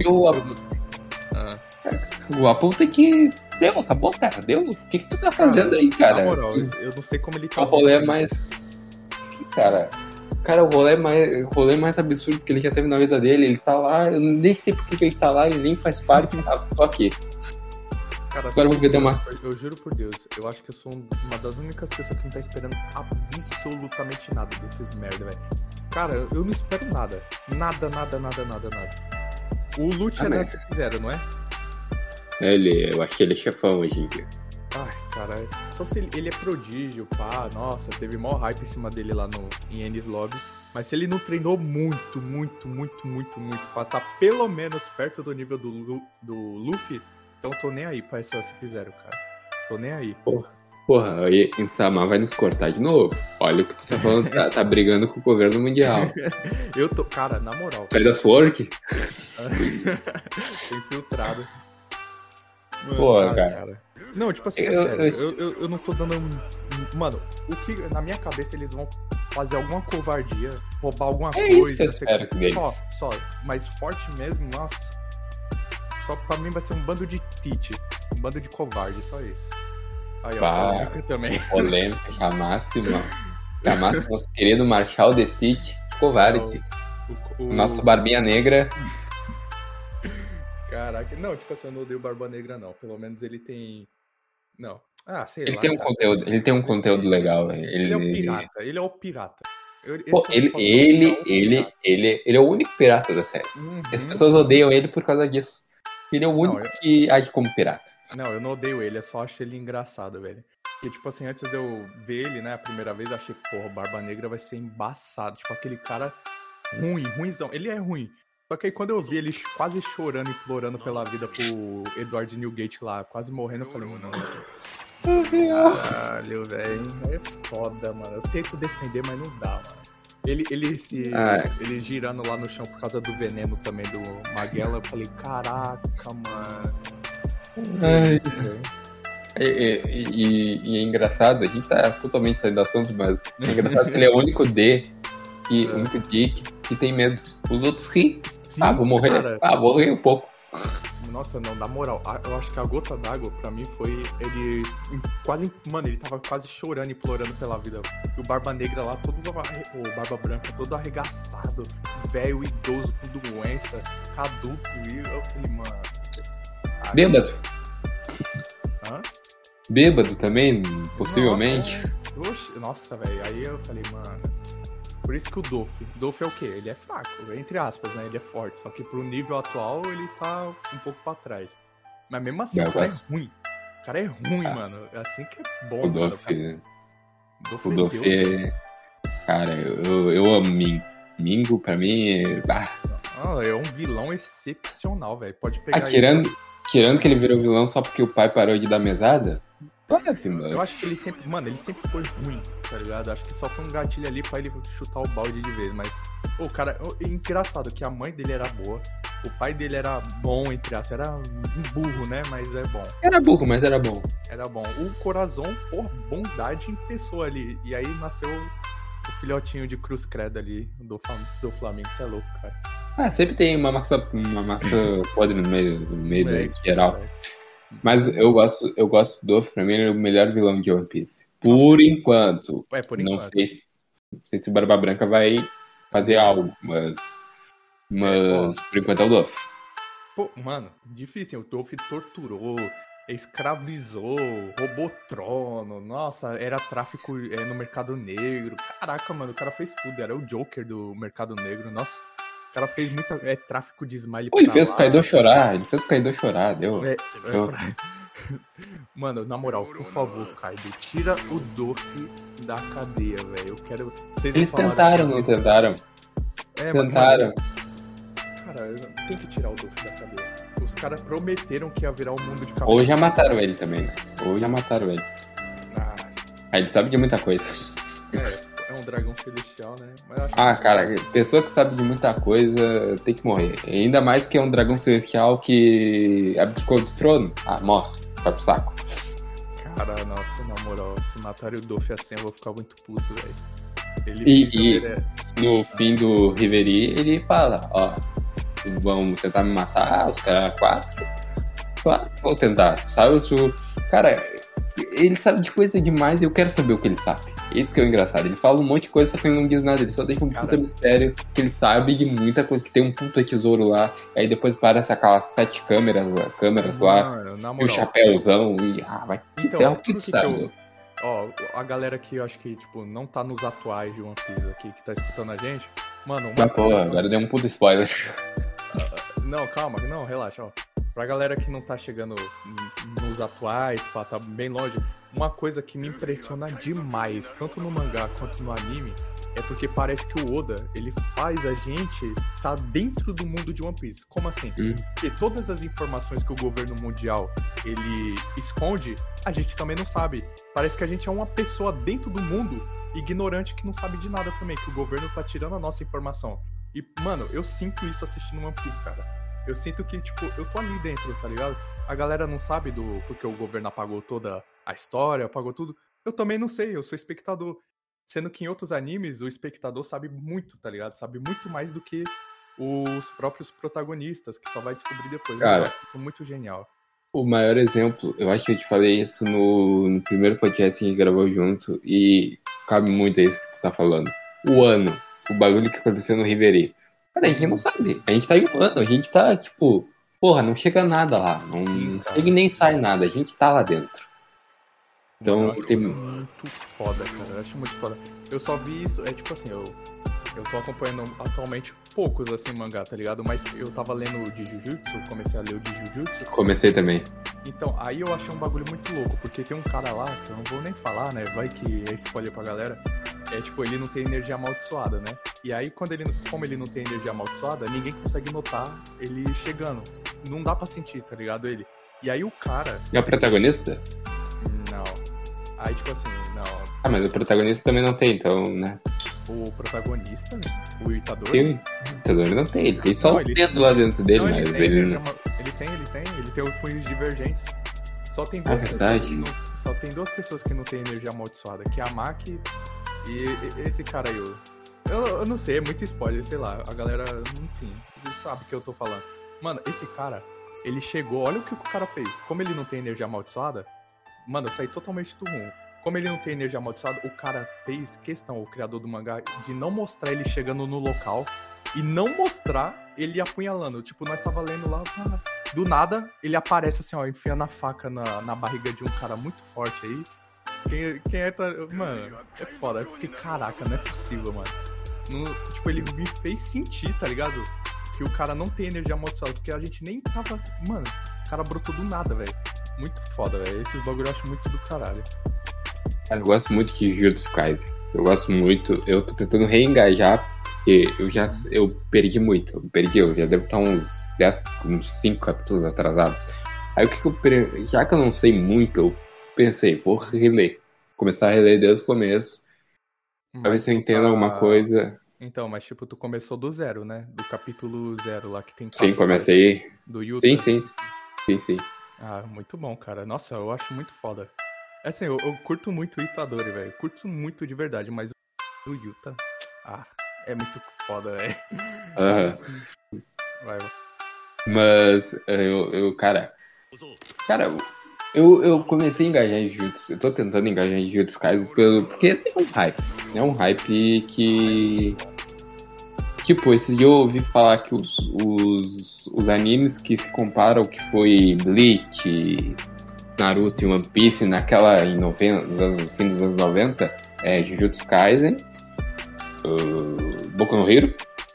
O Apu tem que... Deu, acabou, cara. Deu? O que tu tá fazendo aí, cara? Na moral, eu não sei como ele tá... O rolê é mais... Sim, cara. Cara, o rolê mais absurdo que ele já teve na vida dele. Ele tá lá, eu nem sei por que ele tá lá, ele nem faz parte, tô aqui. Cara, agora eu vou ver uma... Eu juro por Deus, eu acho que eu sou uma das únicas pessoas que não tá esperando absolutamente nada desses merda, velho. Cara, eu não espero nada. Nada. O Lute é dessa que fizeram, não é? Eu acho que ele é chefão hoje em dia. Ai, caralho. Só se ele é prodígio, pá, nossa, teve mó hype em cima dele lá em Enies Lobby. Mas se ele não treinou muito pra tá pelo menos perto do nível do Luffy, então tô nem aí pra essa CP0, cara. Tô nem aí. Porra, aí Insama vai nos cortar de novo. Olha o que tu tá falando, tá brigando com o governo mundial. Eu tô, cara, na moral. Tu é da Swork? Infiltrado. Pô, cara. Não, tipo assim, eu não tô dando... Mano, o que na minha cabeça eles vão fazer alguma covardia, roubar alguma coisa. Isso que eu espero deles. Só, mas forte mesmo, nossa. Só pra mim vai ser um bando de tite, um bando de covarde, só isso. Aí, ó, polêmica também. Polêmica, jamais nosso querido Marshall de Tite, covarde. Nosso Barbinha Negra. Caraca, não, tipo assim, eu não odeio Barba Negra, não. Pelo menos ele tem... Não. Sei ele lá. Ele tem um conteúdo legal. Ele é o pirata, ele é o pirata. Ele é o único pirata da série. As pessoas odeiam ele por causa disso. Ele é o único que age como pirata. Não, eu não odeio ele, eu só acho ele engraçado, velho. Porque, tipo assim, antes de eu ver ele, né, a primeira vez, eu achei, porra, Barba Negra vai ser embaçado. Tipo, aquele cara ruimzão. Ele é ruim. Só que aí quando eu vi ele quase chorando, implorando pela vida pro Edward Newgate lá, quase morrendo, eu falei, mano, caralho, velho. É foda, mano. Eu tento defender, mas não dá, mano. Ele girando lá no chão por causa do veneno também do Magella, eu falei, caraca, mano. E é engraçado, a gente tá totalmente saindo do assunto, mas é engraçado que ele é o único D o único D que tem medo. Os outros riem. Sim, vou morrer. Cara. Vou rir um pouco. Nossa, não, na moral, eu acho que a gota d'água pra mim foi ele quase, mano, ele tava quase chorando, implorando pela vida. E o Barba Negra lá, o Barba Branca todo arregaçado, velho, idoso, com doença, caduco, e eu falei, mano... Bêbado. Bêbado também, possivelmente. Nossa, velho, aí eu falei, mano... Por isso que o Doff é o quê? Ele é fraco, entre aspas, né? Ele é forte, só que pro nível atual ele tá um pouco pra trás. Mas mesmo assim, o cara é ruim. O cara é ruim, mano. É assim que é bom, O cara. Doff... O Doff é... Cara, eu amo Mingo, pra mim... É um vilão excepcional, velho. Pode pegar tirando que ele virou vilão só porque o pai parou de dar mesada? Eu acho que ele sempre foi ruim, tá ligado? Acho que só foi um gatilho ali pra ele chutar o balde de vez, mas... O cara, é engraçado que a mãe dele era boa, o pai dele era bom, entre aspas, era um burro, né? Mas é bom. Era burro, mas era bom. Era bom. O Corazon, por bondade em pessoa ali. E aí nasceu o filhotinho de Cruz Credo ali do Flamengo, isso é louco, cara. Sempre tem uma massa podre no meio do geral. Mas eu gosto do Doff, pra mim ele é o melhor vilão de One Piece. Por enquanto. Não sei se o Barba Branca vai fazer algo, mas por enquanto é o Doff. Pô, mano, difícil. O Doff torturou, escravizou, roubou trono. Nossa, era tráfico no mercado negro. Caraca, mano, o cara fez tudo. Era o Joker do mercado negro. Nossa. O cara fez muita... tráfico de smile. Ele fez o Kaido chorar. Deu. Mano, na moral, por favor, Kaido, tira o Doff da cadeia, velho. Eu quero... Eles tentaram, não tentaram? Tentaram. Cara, tem que tirar o Doff da cadeia. Os caras prometeram que ia virar um mundo de cabeça. Ou já mataram ele também, né? Aí ele sabe de muita coisa. É um dragão celestial, né? Mas cara, pessoa que sabe de muita coisa tem que morrer. Ainda mais que é um dragão celestial que abdicou do trono. Morre. Vai pro saco. Cara, nossa, na moral, se matarem o Doff assim, eu vou ficar muito puto, velho. No fim do Reverie, ele fala, vão tentar me matar, os caras 4. Claro, vou tentar. Cara, ele sabe de coisa demais e eu quero saber o que ele sabe. Isso que é o engraçado. Ele fala um monte de coisa, só que ele não diz nada. Ele só deixa um puta mistério que ele sabe de muita coisa, que tem um puta tesouro lá. Aí depois parece aquelas 7 câmeras lá. E o chapéuzão. E vai que tu sabe. A galera que eu acho que, tipo, não tá nos atuais de One Piece aqui, que tá escutando a gente. Mano, agora deu um puta spoiler. Não, calma, não, relaxa, Pra galera que não tá chegando nos atuais, tá bem longe, uma coisa que me impressiona demais, tanto no mangá quanto no anime, é porque parece que o Oda, ele faz a gente tá dentro do mundo de One Piece. Como assim? Porque todas as informações que o governo mundial, ele esconde, a gente também não sabe. Parece que a gente é uma pessoa dentro do mundo, ignorante, que não sabe de nada também, que o governo tá tirando a nossa informação. E, mano, eu sinto isso assistindo One Piece, cara. Eu sinto que, tipo, eu tô ali dentro, tá ligado? A galera não sabe porque o governo apagou toda a história, apagou tudo. Eu também não sei, eu sou espectador. Sendo que em outros animes, o espectador sabe muito, tá ligado? Sabe muito mais do que os próprios protagonistas, que só vai descobrir depois. Cara, isso é muito genial. O maior exemplo, eu acho que eu te falei isso no primeiro podcast que a gente gravou junto, e cabe muito a isso que tu tá falando. O bagulho que aconteceu no Reverie. Cara, a gente não sabe. A gente tá em um ano, a gente tá, tipo, não chega nada lá. Não chega e nem sai nada, a gente tá lá dentro. Então, eu acho muito foda, cara. Eu acho muito foda. Eu só vi isso, tipo assim, eu tô acompanhando atualmente poucos, assim, mangá, tá ligado? Mas eu tava lendo o de Jujutsu, comecei a ler o de Jujutsu. Comecei também. Então, aí eu achei um bagulho muito louco, porque tem um cara lá, que eu não vou nem falar, né? Vai que é spoiler pra galera. Tipo, ele não tem energia amaldiçoada, né? E aí, como ele não tem energia amaldiçoada, ninguém consegue notar ele chegando. Não dá pra sentir, tá ligado? E aí o cara... É o protagonista? Não. Aí, tipo assim, não... mas o protagonista também não tem, então, né? O protagonista, o Itadori? Sim, o Itadori não tem. Ele tem só o dedo lá dentro dele, não, mas ele tem os punhos divergentes. Só tem duas pessoas que não tem energia amaldiçoada, que é a Maki e esse cara aí. Eu não sei, é muito spoiler, sei lá. A galera, enfim, sabe o que eu tô falando. Mano, esse cara, ele chegou, olha o que o cara fez. Como ele não tem energia amaldiçoada, mano, eu saí totalmente do rumo. Como ele não tem energia amaldiçoada, o cara fez questão, o criador do mangá, de não mostrar ele chegando no local e não mostrar ele apunhalando. Tipo, nós tava lendo lá, do nada, ele aparece assim, enfiando a faca na barriga de um cara muito forte aí. Quem é... Mano, é foda. Eu fiquei, caraca, não é possível, mano. Tipo, ele me fez sentir, tá ligado? Que o cara não tem energia amaldiçoada, porque a gente nem tava... Mano, o cara brotou do nada, velho. Muito foda, velho. Esses bagulho eu acho muito do caralho. Cara, eu gosto muito de Jujutsu Kaisen. Eu gosto muito. Eu tô tentando reengajar, porque eu perdi muito. Eu já devo estar uns 5 capítulos atrasados. Aí o que eu já que eu não sei muito, eu pensei, vou reler. Começar a reler desde o começo, pra ver se eu entendo alguma coisa. Então, mas tipo, tu começou do zero, né? Do capítulo 0 lá, que tem... Sim, comecei. Do Yuta. Sim. Ah, muito bom, cara. Nossa, eu acho muito foda. Assim, eu curto muito o Itadori, velho. Curto muito de verdade, mas o Yuta... Ah, é muito foda, velho. Vai. Mas, cara, eu comecei a engajar em Jujutsu. Eu tô tentando engajar em Jujutsu Kaisen porque é um hype. É um hype que... Tipo, esses dias eu ouvi falar que os animes que se comparam ao que foi Bleach, Naruto e One Piece naquela no fim dos anos 90 é Jujutsu Kaisen, Boku no Hero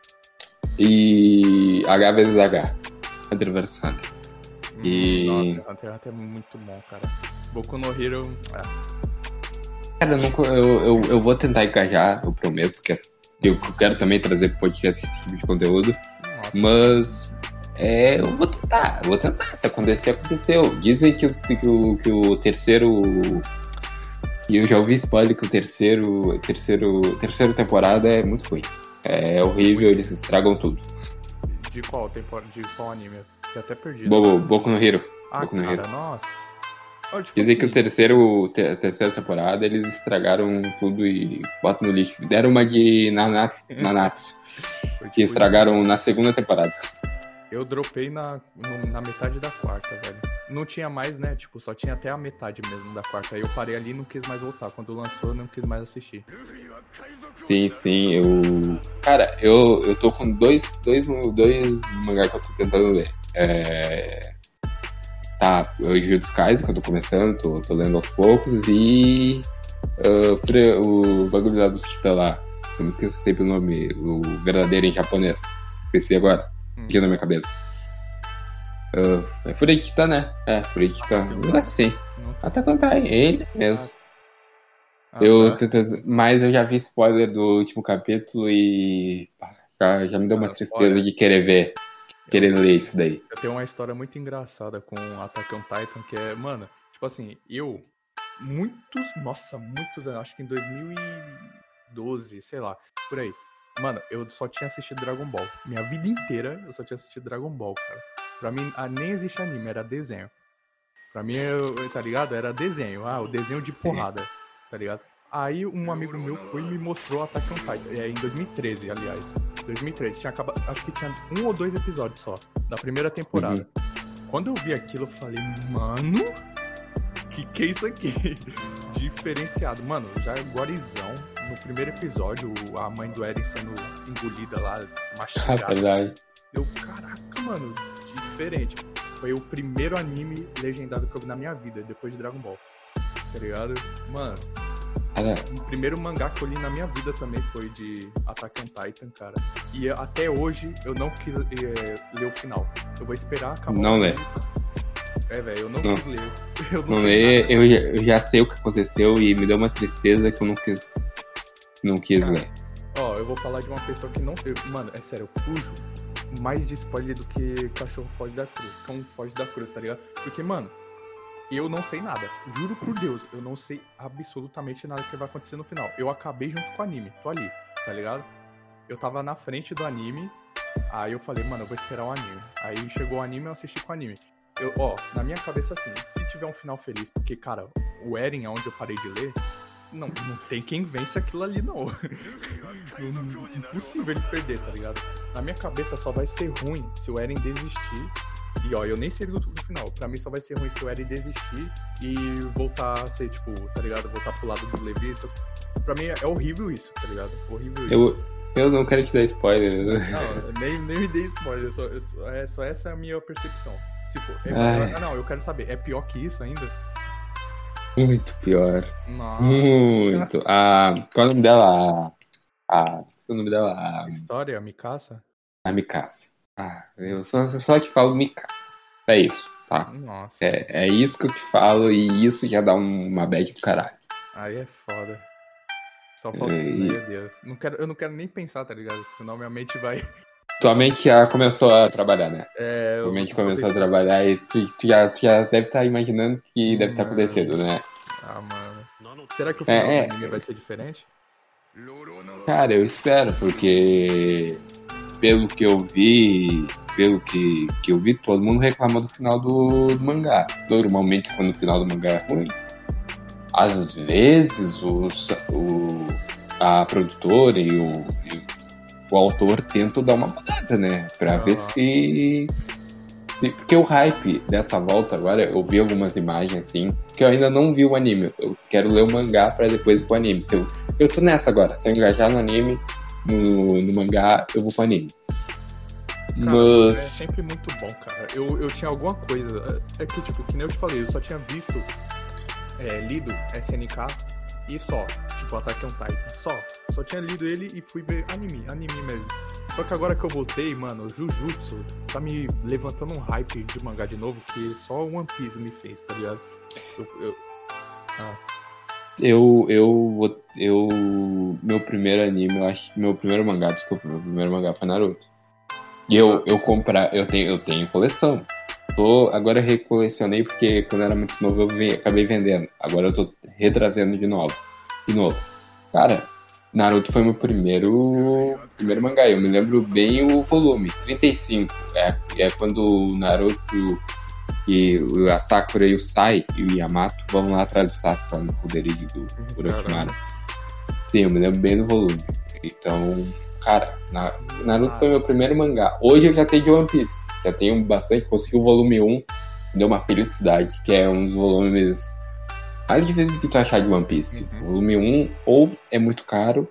e H vezes H, Hunter vs Hunter. Nossa, Hunter x Hunter é muito bom, cara. Boku no Hero... Cara, eu vou tentar engajar, eu prometo que eu quero também trazer pro podcast esse tipo de conteúdo. Nossa. Mas eu vou tentar. Se acontecer, aconteceu. Dizem que o terceiro... E eu já ouvi spoiler que o terceira temporada é muito ruim. É horrível, eles estragam tudo. De qual temporada? De qual anime? Eu até perdi. Boku no Hero. Boku no Hero. Nossa. Tipo dizem que a terceira temporada eles estragaram tudo e botam no lixo. Deram uma de Nanatsu. Que estragaram na segunda temporada. Eu dropei na metade da quarta, velho. Não tinha mais, né? Tipo, só tinha até a metade mesmo da quarta. Aí eu parei ali e não quis mais voltar. Quando lançou, eu não quis mais assistir. Sim, Cara, eu tô com dois mangá que eu tô tentando ler. Tá, o Jujutsu Kaisen, que eu tô começando, tô lendo aos poucos, e o bagulho lá dos titãs lá, eu me esqueço sempre o nome, o verdadeiro em japonês, esqueci agora, aqui na minha cabeça. É Furikita, né? Furikita, assim, até contar eles mesmo. Mas eu já vi spoiler do último capítulo e já me deu uma tristeza de querer ler isso daí. Eu tenho uma história muito engraçada com Attack on Titan, que é, mano, tipo assim, muitos anos, acho que em 2012, sei lá, por aí. Mano, eu só tinha assistido Dragon Ball. Minha vida inteira eu só tinha assistido Dragon Ball, cara. Pra mim, nem existe anime, era desenho. Pra mim, tá ligado? Era desenho. O desenho de porrada, tá ligado? Aí um amigo meu foi e me mostrou Attack on Titan. Em 2013, aliás. 2013. Tinha acabado, acho que tinha 1 ou 2 episódios só, da primeira temporada. Quando eu vi aquilo, eu falei, mano, que é isso aqui? Diferenciado. Mano, já é gorizão. No primeiro episódio, a mãe do Eren sendo engolida lá, mastigada. Verdade. Eu, caraca, mano, diferente. Foi o primeiro anime legendado que eu vi na minha vida, depois de Dragon Ball. Tá ligado? Mano, o primeiro mangá que eu li na minha vida também foi de Attack on Titan, cara. E até hoje eu não quis ler o final. Eu vou esperar acabar. Não lê. Velho, eu não quis ler. Eu já sei o que aconteceu e me deu uma tristeza que eu não quis ler. Ó, eu vou falar de uma pessoa que não... mano, é sério, eu fujo mais de spoiler do que cachorro foge da cruz. Cão foge da cruz, tá ligado? Porque, mano, eu não sei nada. Juro por Deus, eu não sei absolutamente nada que vai acontecer no final. Eu acabei junto com o anime, tô ali, tá ligado? Eu tava na frente do anime, aí eu falei, mano, eu vou esperar o anime. Aí chegou o anime, eu assisti com o anime. Na minha cabeça assim, se tiver um final feliz, porque, cara, o Eren, onde eu parei de ler, não tem quem vence aquilo ali, não. Impossível ele perder, tá ligado? Na minha cabeça só vai ser ruim se o Eren desistir. E eu nem sei do final. Pra mim só vai ser ruim se o Eren desistir e voltar a ser, tipo, tá ligado? Voltar pro lado dos levistas. Pra mim é horrível isso, tá ligado? Horrível isso. Eu não quero te dar spoiler. Não, nem me dê spoiler. Só essa é a minha percepção. Se for. Não, eu quero saber. É pior que isso ainda? Muito pior. Nossa. Muito. Qual é o nome dela? Esqueci o nome dela. História, Mikasa? A Mikasa. Eu só te falo Mikasa. É isso, tá? Nossa. É isso que eu te falo e isso já dá uma bad pro caralho. Aí é foda. Só falta. Meu Deus. Eu não quero nem pensar, tá ligado? Senão minha mente vai. Tua mente já começou a trabalhar, né? Eu Tua mente vou começou a deixar. trabalhar e tu já deve estar imaginando que deve estar acontecendo, né? Mano. Será que o final do anime vai ser diferente? Cara, eu espero, porque pelo que eu vi, todo mundo reclama do final do mangá. Normalmente, quando o final do mangá é ruim, às vezes a produtora e o autor tentam dar uma mudada, né? Pra ver se. Porque o hype dessa volta agora, eu vi algumas imagens assim, que eu ainda não vi o anime. Eu quero ler o mangá pra depois ir pro anime. Eu tô nessa agora. Se eu engajar no anime, no mangá, eu vou pro anime. Cara, Mas. é sempre muito bom, cara. Eu tinha alguma coisa. É que, tipo, que nem eu te falei, eu só tinha visto, lido SNK e só. Tipo, Attack on Titan. Só tinha lido ele e fui ver anime mesmo. Só que agora que eu voltei, mano, Jujutsu tá me levantando um hype de mangá de novo que só One Piece me fez, tá ligado? Meu primeiro anime, eu acho. Meu primeiro mangá foi Naruto. E eu tenho coleção. Agora eu recolecionei porque quando eu era muito novo eu acabei vendendo. Agora eu tô retrazendo de novo. Cara, Naruto foi meu primeiro mangá. Eu me lembro bem o volume, 35. É quando o Naruto e a Sakura e o Sai e o Yamato vão lá atrás do Sasuke no esconderijo do Orochimaru. Sim, eu me lembro bem do volume. Então, cara, Naruto foi meu primeiro mangá. Hoje eu já tenho de One Piece. Já tenho bastante. Consegui o volume 1. Deu uma felicidade, que é um dos volumes mais difíceis de tu achar de One Piece. O volume 1 ou é muito caro,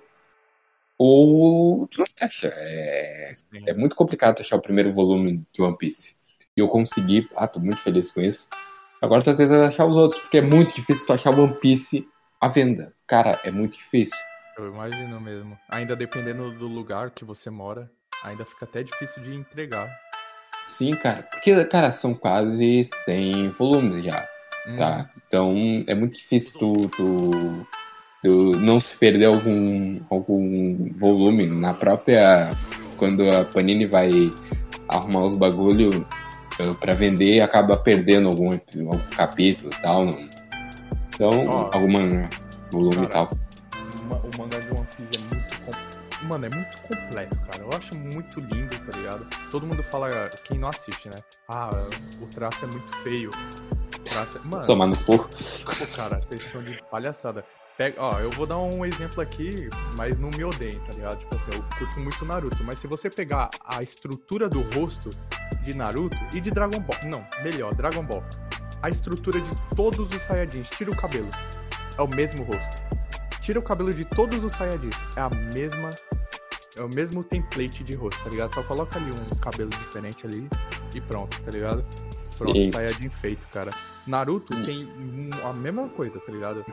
ou tu não acha. É muito complicado achar o primeiro volume de One Piece. E eu consegui. Tô muito feliz com isso. Agora tô tentando achar os outros, porque é muito difícil tu achar One Piece à venda. Cara, é muito difícil. Eu imagino mesmo. Ainda dependendo do lugar que você mora, ainda fica até difícil de entregar. Sim, cara. Porque, cara, são quase 100 volumes já, tá? Então, é muito difícil tu não se perder algum volume na própria... Quando a Panini vai arrumar os bagulho pra vender, acaba perdendo algum capítulo e tal. Então, algum volume e tal. O mangá de One Piece é muito completo, cara. Eu acho muito lindo, tá ligado? Todo mundo fala, quem não assiste, né? O traço é muito feio. Mano, tomar no cu. Pô, cara, vocês estão de palhaçada. Eu vou dar um exemplo aqui, mas não me odeiem, tá ligado? Tipo assim, eu curto muito Naruto, mas se você pegar a estrutura do rosto de Naruto e de Dragon Ball, não, melhor, Dragon Ball, a estrutura de todos os Saiyajins, tira o cabelo, é o mesmo rosto. Tira o cabelo de todos os Saiyajins, é o mesmo template de rosto, tá ligado? Só coloca ali um cabelo diferente ali e pronto, tá ligado? Pronto, Saiyajin feito, cara. Naruto tem a mesma coisa, tá ligado?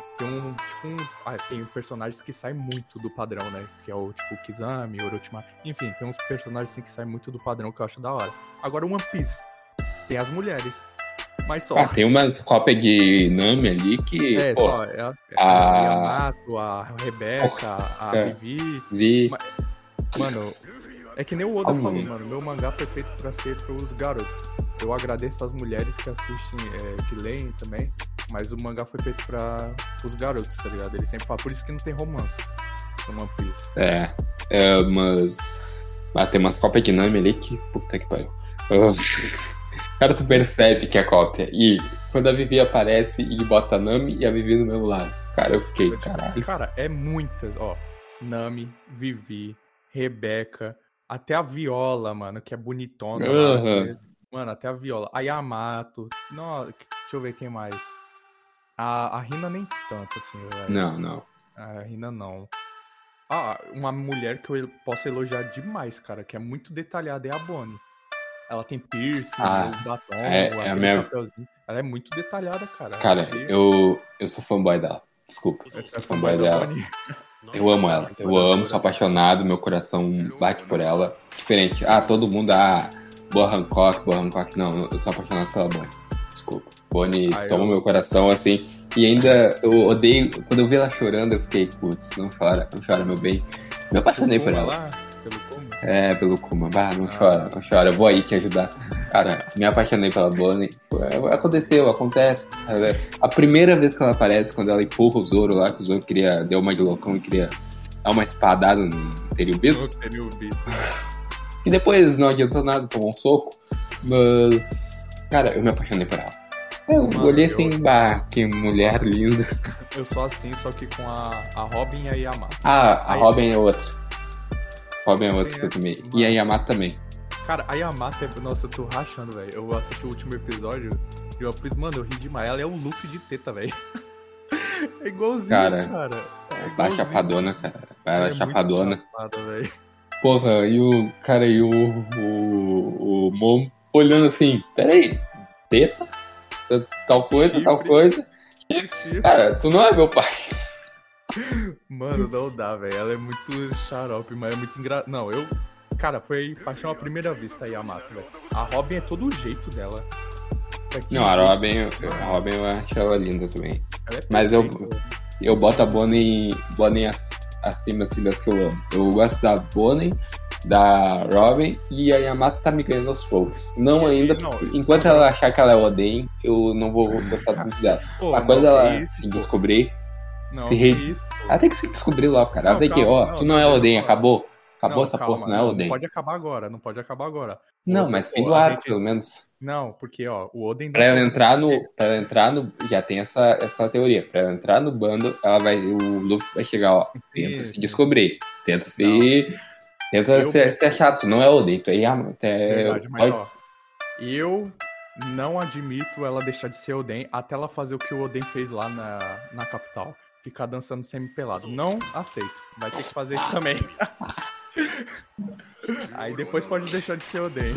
Tem personagens que saem muito do padrão, né? Que é o tipo Kizami, Orochimaru. Enfim, tem uns personagens assim que saem muito do padrão que eu acho da hora. Agora, One Piece tem as mulheres. Mas só. Tem umas cópias de Nami ali que. Só. A Yamato, a Rebeca, a Vivi. Mano, é que nem o Oda falou, mano. Meu mangá foi feito pra ser pros garotos. Eu agradeço as mulheres que assistem, que leem também. Mas o mangá foi feito pros garotos, tá ligado? Ele sempre fala, por isso que não tem romance no One Piece. Mas tem umas cópias de Nami ali que. Puta que pariu. Cara, tu percebe que é cópia. E quando a Vivi aparece e bota a Nami e a Vivi do meu lado. Cara, eu fiquei, caralho. Cara, é muitas, ó. Nami, Vivi, Rebeca, até a Viola, mano, que é bonitona lá. Mano, até a Viola. A Yamato. Deixa eu ver quem mais. A Hina nem tanto, assim, velho. Não. A Hina não. Uma mulher que eu posso elogiar demais, cara, que é muito detalhada, é a Bonnie. Ela tem piercing, batom, chapeuzinho. Ela é muito detalhada, cara. Cara, eu sou fanboy dela. Desculpa. Eu sou fanboy dela. Eu amo ela. Eu amo, sou apaixonado, meu coração bate por ela. Diferente. Todo mundo, Boa Hancock. Não, eu sou apaixonado pela Bonnie. Desculpa. Bonnie toma meu coração, assim. E ainda, eu odeio... Quando eu vi ela chorando, eu fiquei, putz, não chora, meu bem. Me apaixonei por ela. Lá, pelo Kuma? Pelo Kuma. Não chora. Eu vou aí te ajudar. Cara, me apaixonei pela Bonnie. Acontece. A primeira vez que ela aparece, quando ela empurra o Zoro lá, que o Zoro deu uma de loucão e queria dar uma espadada no Tenryubito. E depois não adiantou nada, tomou um soco. Mas, cara, eu me apaixonei por ela. Eu olhei assim, que mulher linda. Eu sou assim, só que com a Robin e a Yamato. A Robin é outra. Robin é outra que eu também. E a Yamato também. Cara, a Yamato Nossa, eu tô rachando, velho. Eu assisti o último episódio e eu fiz, mano, eu ri demais. Ela é o Luffy de teta, velho. É igualzinho, cara. Vai chapadona, cara. Vai chapadona. Véio. Porra, e o Momo olhando assim, peraí, teta? Tal coisa. Cara, tu não é meu pai. Mano, não dá, velho. Ela é muito xarope, mas é muito engraçado. Não, Cara, foi paixão à primeira vista a Yamato, velho. A Robin é todo o jeito dela. Não, a Robin eu acho ela linda também. Mas eu boto a Bonnie acima assim das que eu amo. Eu gosto da Bonnie, da Robin, e a Yamato tá me ganhando aos poucos. Enquanto ela achar que ela é Oden, eu não vou gostar muito dela. Mas quando ela se descobrir, ela tem que se descobrir logo, cara. Ela tem que, tu não é Oden, acabou. Acabou essa porra, não é Oden. Não pode acabar agora. Não, mas fim do arco, pelo menos. Não, porque, o Oden... Pra ela entrar no... Já tem essa teoria. Pra ela entrar no bando, o Luffy vai chegar, tenta se descobrir. Tenta ser chato. Não é Oden, tu é Yamato. Verdade, mas, eu não admito ela deixar de ser Oden até ela fazer o que o Oden fez lá na capital. Ficar dançando semi-pelado. Não aceito. Vai ter que fazer isso também. Aí depois pode deixar de ser Oden.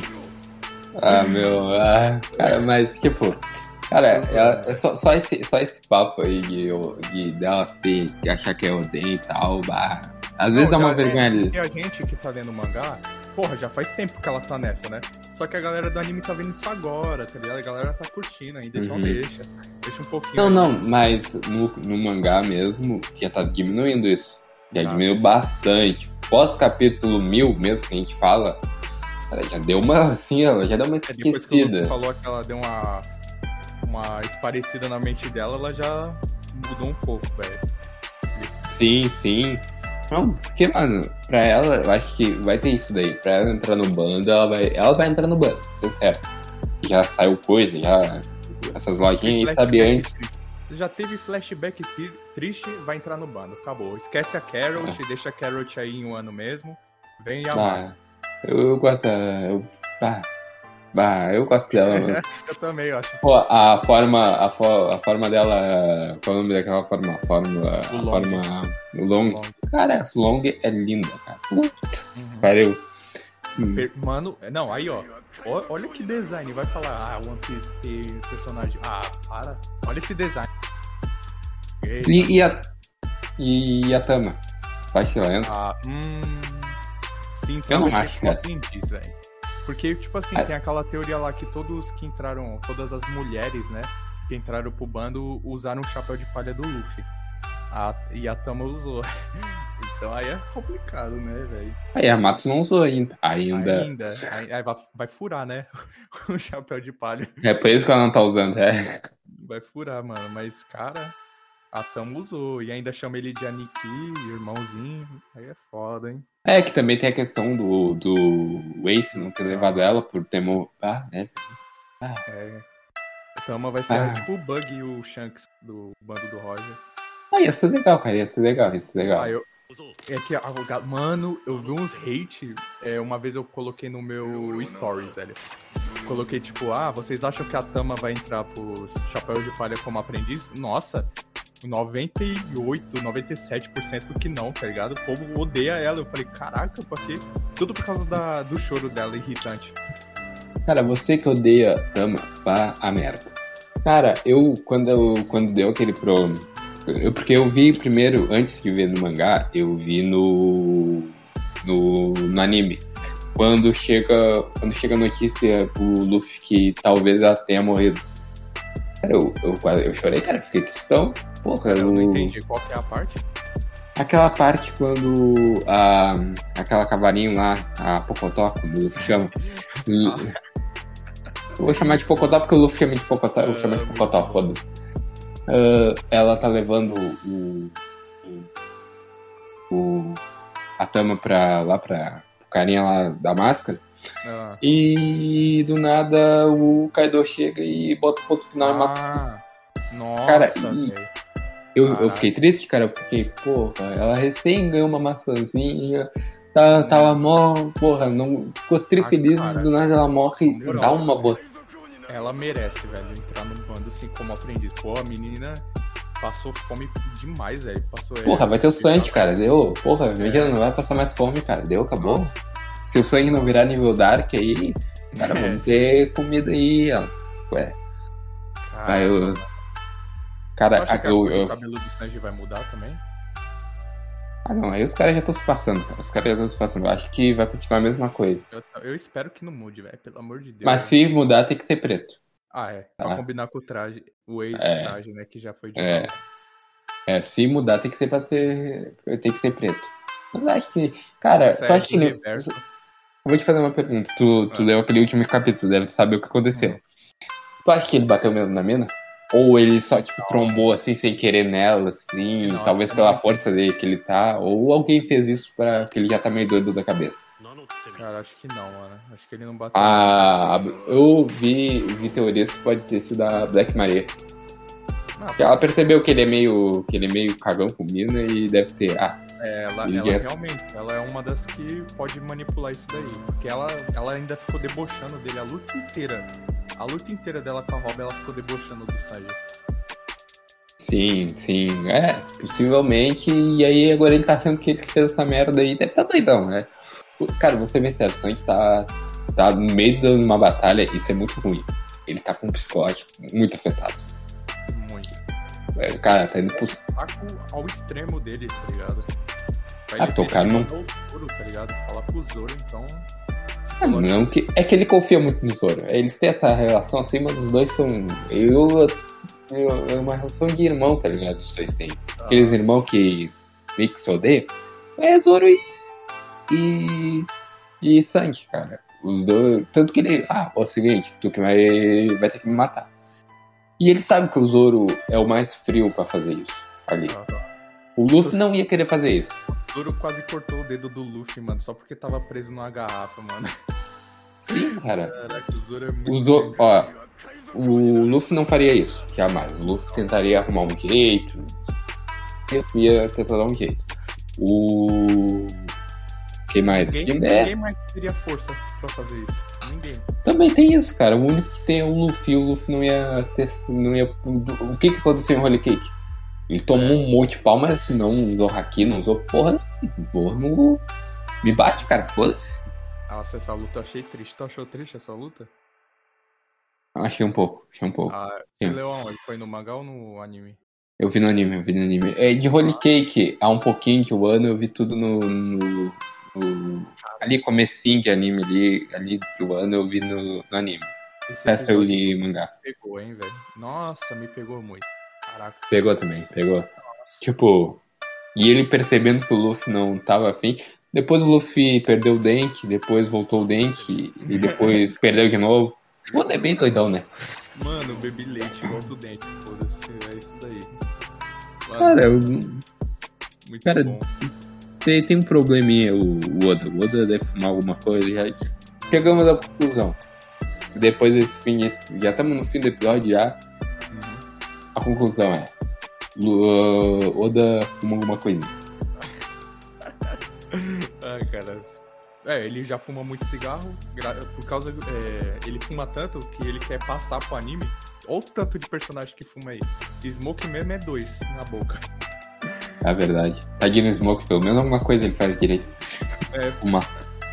Cara, mas tipo, cara, só esse papo aí de dela assim, de achar que é Oden e tal, às vezes dá uma vergonha ali. E a gente que tá lendo o mangá, porra, já faz tempo que ela tá nessa, né? Só que a galera do anime tá vendo isso agora, tá ligado? A galera tá curtindo ainda, então deixa um pouquinho. Não, mas no mangá mesmo, já tá diminuindo isso. Já diminuiu bastante. Pós-capítulo 1000 mesmo que a gente fala, ela já deu uma esquecida. Depois que você falou que ela deu uma esparecida na mente dela, ela já mudou um pouco, velho. Sim. Não, porque, mano, pra ela, eu acho que vai ter isso daí. Pra ela entrar no bando, ela vai entrar no bando, isso é certo. Já saiu coisa, essas lojinhas a gente sabia antes. Já teve flashback triste, vai entrar no bando, acabou. Esquece a Carrot, deixa a Carrot aí em um ano mesmo. Vem Yamato. Eu gosto. Eu gosto dela, mano. Eu também, eu acho. Pô, a forma dela. Qual é o nome daquela forma? O Long. Cara, essa Long é linda, cara. Pariu. Mano, não, aí ó. Olha que design. Vai falar, One Piece tem personagem. Para. Olha esse design. E a Tama? Vai ser lento? Sim, eu não acho, cara. Porque, tipo assim, tem aquela teoria lá que todas as mulheres, né, que entraram pro bando, usaram o chapéu de palha do Luffy. E a Tama usou. Então aí é complicado, né, velho? Aí a Matos não usou ainda. Aí vai furar, né? O chapéu de palha. É por isso que ela não tá usando, Vai furar, mano. Mas, cara, a Tama usou. E ainda chama ele de Aniki, irmãozinho. Aí é foda, hein? Que também tem a questão do Ace não ter levado ela por temor. A Tama vai ser tipo o Bug e o Shanks do bando do Roger. Ia ser legal, cara. Ia ser legal. Mano, eu vi uns hate. Uma vez eu coloquei no meu stories, velho. Coloquei tipo, vocês acham que a Tama vai entrar pro Chapéu de Palha como aprendiz? Nossa, 98, 97% que não, tá ligado? O povo odeia ela. Eu falei, caraca, por quê? Tudo por causa do choro dela, irritante. Cara, você que odeia Tama, vá a merda. Cara, quando deu aquele Porque eu vi primeiro, antes de ver no mangá, eu vi no anime. Quando chega a notícia pro Luffy que talvez ela tenha morrido. Cara, eu chorei, cara, fiquei tristão. Porra, Eu não entendi qual que é a parte. Aquela parte quando aquela cavalinho lá, a Pocotó, como o Luffy chama. Eu vou chamar de Pocotó porque o Luffy chama de Pocotó, eu vou chamar de Pocotó, foda-se. Ela tá levando a Tama pro carinha lá da máscara. E do nada o Kaido chega e bota o ponto final e mata. Nossa, cara, eu fiquei triste, cara, porque, porra, ela recém ganhou uma maçãzinha, tava mó, porra, não ficou feliz, cara, do nada ela morre e dá uma boa. Ela merece, velho, entrar no bando assim como aprendiz. Pô, a menina passou fome demais, velho. Porra, vai ter o Sanji, cara, deu. Porra, imagina, não vai passar mais fome, cara, deu, acabou. Nossa. Se o Sanji não virar nível Dark aí, cara, vamos ter comida aí, ó. Ué. Cara, o cabelo do Sanji vai mudar também? Não, aí os caras já estão se passando, cara. Eu acho que vai continuar a mesma coisa. Eu espero que não mude, velho, pelo amor de Deus. Mas se mudar, tem que ser preto. Pra combinar com o traje, o ex-traje, né, que já foi de novo. Se mudar, tem que ser tem que ser preto. Mas acho que, cara, tu acha que... Eu vou te fazer uma pergunta. Tu leu aquele último capítulo, deve saber o que aconteceu. Tu acha que ele bateu mesmo na mina? Ou ele só, trombou assim, sem querer nela, assim, talvez pela força dele que ele tá, ou alguém fez isso pra que ele já tá meio doido da cabeça? Cara, acho que não, mano. Acho que ele não bateu. Eu vi teorias que pode ter sido a Black Maria. Porque ela percebeu que ele é meio cagão com mina e deve ter... ela realmente, ela é uma das que pode manipular isso daí. Porque ela ainda ficou debochando dele a luta inteira. A luta inteira dela com a Robin, ela ficou debochando do Sanji. Sim. Possivelmente. E aí agora ele tá achando que ele fez essa merda aí. Deve estar doidão, né? Cara, você vê sério, o Sanji tá no meio de uma batalha. Isso é muito ruim. Ele tá com um psicológico muito afetado. Muito. Cara, tá indo pro... Tá ao extremo dele, tá ligado? Tocar não... Zoro, tá ligado? Falar pro Zoro, então... Não, é que ele confia muito no Zoro. Eles têm essa relação assim, mas os dois são... É uma relação de irmão, tá ligado? Os dois têm. Aqueles irmãos que meio que se odeiam. É Zoro e Sanji, cara. Os dois... Tanto que ele... é o seguinte, tu que vai ter que me matar. E ele sabe que o Zoro é o mais frio pra fazer isso ali. O Luffy não ia querer fazer isso. O Zoro quase cortou o dedo do Luffy, mano, só porque tava preso numa garrafa, mano. Sim, cara. Caraca, o Zoro é muito... O Luffy não faria isso, jamais. O Luffy tentaria arrumar um jeito. Ia tentar dar um jeito. Quem mais? Ninguém mais teria força pra fazer isso. Ninguém. Também tem isso, cara. O único que tem é o Luffy. O Luffy não ia ter... O que aconteceu em Holy Cake? Ele tomou um monte de pau, mas não usou haki, não usou porra. Não... Me bate, cara, foda-se. Nossa, essa luta eu achei triste. Tu achou triste essa luta? Achei um pouco. Você leu aonde? Foi no mangá ou no anime? Eu vi no anime. De Holy Cake, há um pouquinho de ano, eu vi tudo no ali comecinho de anime, ali de ano, eu vi no anime. Essa eu li mangá. Me pegou, hein, velho? Nossa, me pegou muito. Caraca. Pegou também. Nossa. E ele percebendo que o Luffy não tava afim. Depois o Luffy perdeu o dente, depois voltou o dente e depois perdeu de novo. O Oda é bem doidão, né? Mano, bebi leite igual do dente. Foda-se, é isso daí. Mano, cara, muito bom. Tem um probleminha o Oda. O Oda deve fumar alguma coisa. Já chegamos à conclusão. Depois desse fim, já estamos no fim do episódio já. A conclusão é Oda fuma alguma coisinha. cara. Ele já fuma muito cigarro. Por causa. Ele fuma tanto que ele quer passar pro anime. Olha o tanto de personagem que fuma aí. Smoke mesmo é 2 na boca. É verdade. Tadinho no Smoke, pelo menos alguma coisa ele faz direito. Fumar.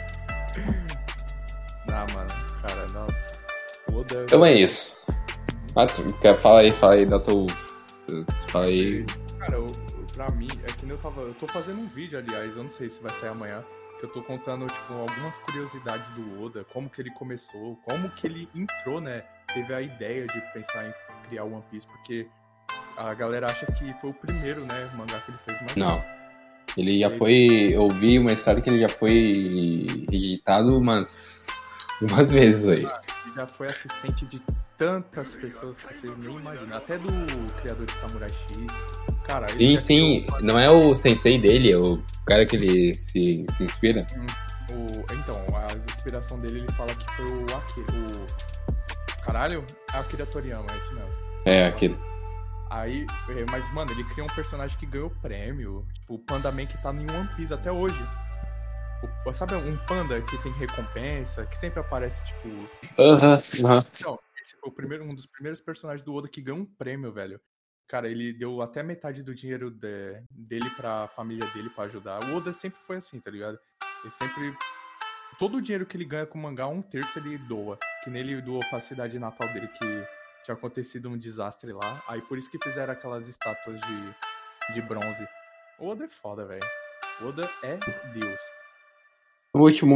Mano. Cara, nossa. Então é isso. Fala aí, dá teu... Fala aí. Cara, pra mim, é que nem eu tô fazendo um vídeo, aliás, eu não sei se vai sair amanhã, que eu tô contando, tipo, algumas curiosidades do Oda, como que ele começou, como que ele entrou, né? Teve a ideia de pensar em criar o One Piece, porque a galera acha que foi o primeiro, né, mangá que ele fez, mas Não. Ele já foi. Eu vi uma história que ele já foi editado umas vezes aí. ele já foi assistente de tantas pessoas que vocês nem imaginam, até do criador de Samurai X. Cara, ele Sim, já sim. criou Não é o sensei dele, é o cara que ele se inspira. Então, a inspiração dele, ele fala que foi o Akira. Caralho? É o Akira Toriyama, é isso mesmo. É, aquele. Aí, mas, mano, ele criou um personagem que ganhou prêmio. Tipo, o Panda Man que tá em One Piece até hoje. Sabe um panda que tem recompensa, que sempre aparece, tipo. Aham. Então, esse foi um dos primeiros personagens do Oda que ganhou um prêmio, velho. Cara, ele deu até metade do dinheiro dele pra família dele pra ajudar. O Oda sempre foi assim, tá ligado? Ele sempre. Todo o dinheiro que ele ganha com o mangá, 1/3 ele doa. Que nele doou pra cidade natal dele, que tinha acontecido um desastre lá. Aí por isso que fizeram aquelas estátuas de bronze. O Oda é foda, velho. O Oda é Deus. O último.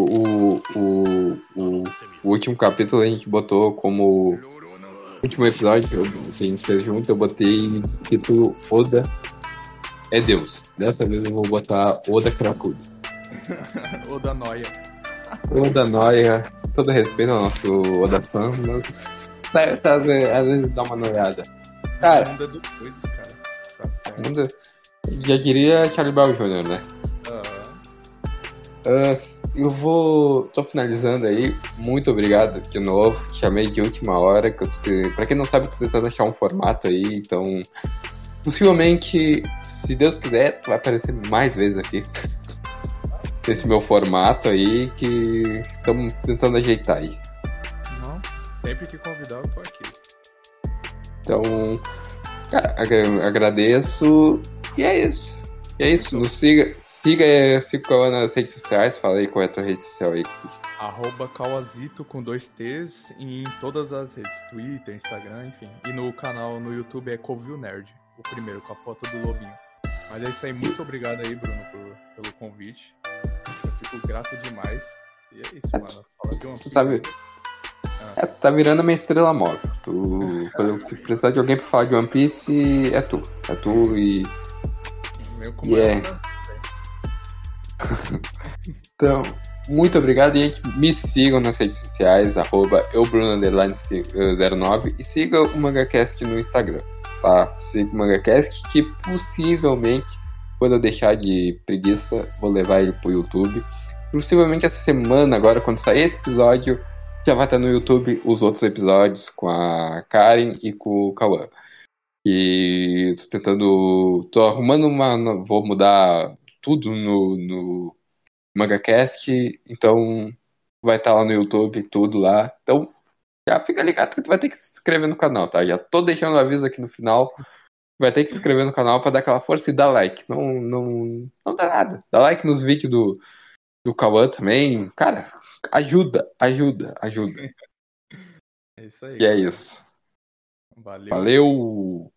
O último capítulo a gente botou como. Último episódio que a gente fez junto, eu botei título Oda é Deus. Dessa vez eu vou botar Oda Cracudo. Oda Noia. Oda Noia, todo respeito ao nosso Oda fã, mas às vezes dá uma noiada. Cara, Mundo é dos doidos, cara. Tá certo. ainda já diria Charlie Brown Jr., né? Tô finalizando aí. Muito obrigado de novo. Chamei de última hora. Pra quem não sabe, tô tentando achar um formato aí. Então, possivelmente, se Deus quiser, vai aparecer mais vezes aqui. Esse meu formato aí que estamos tentando ajeitar aí. Não, sempre que convidar, eu tô aqui. Então, cara, agradeço. E é isso. E é isso. Nos siga o Cauã nas redes sociais. Fala aí qual é a tua rede social aí. @Kawazito com 2 T's em todas as redes, Twitter, Instagram, enfim. E no canal no YouTube é Covil Nerd, o primeiro, com a foto do lobinho. Mas é isso aí, muito obrigado aí, Bruno, pelo convite. Eu fico grato demais. E é isso, mano. Fala de One Piece. Tu tá virando uma estrela móvel. Pelo que precisar de alguém pra falar de One Piece, é tu. É tu e. Meu comando. Então, muito obrigado e me sigam nas redes sociais, @eubruno_09 e siga o MangaCast no Instagram, tá? Siga o MangaCast que possivelmente, quando eu deixar de preguiça, vou levar ele pro YouTube. Possivelmente essa semana, agora, quando sair esse episódio, já vai estar no YouTube os outros episódios com a Karen e com o Cauã. E tô arrumando vou mudar tudo no MangaCast, então vai estar lá no YouTube, tudo lá. Então já fica ligado que tu vai ter que se inscrever no canal, tá? Já tô deixando o aviso aqui no final. Vai ter que se inscrever no canal pra dar aquela força e dar like. Não dá nada. Dá like nos vídeos do Cauã também. Cara, ajuda. É isso aí, E é galera. isso. Valeu. Valeu!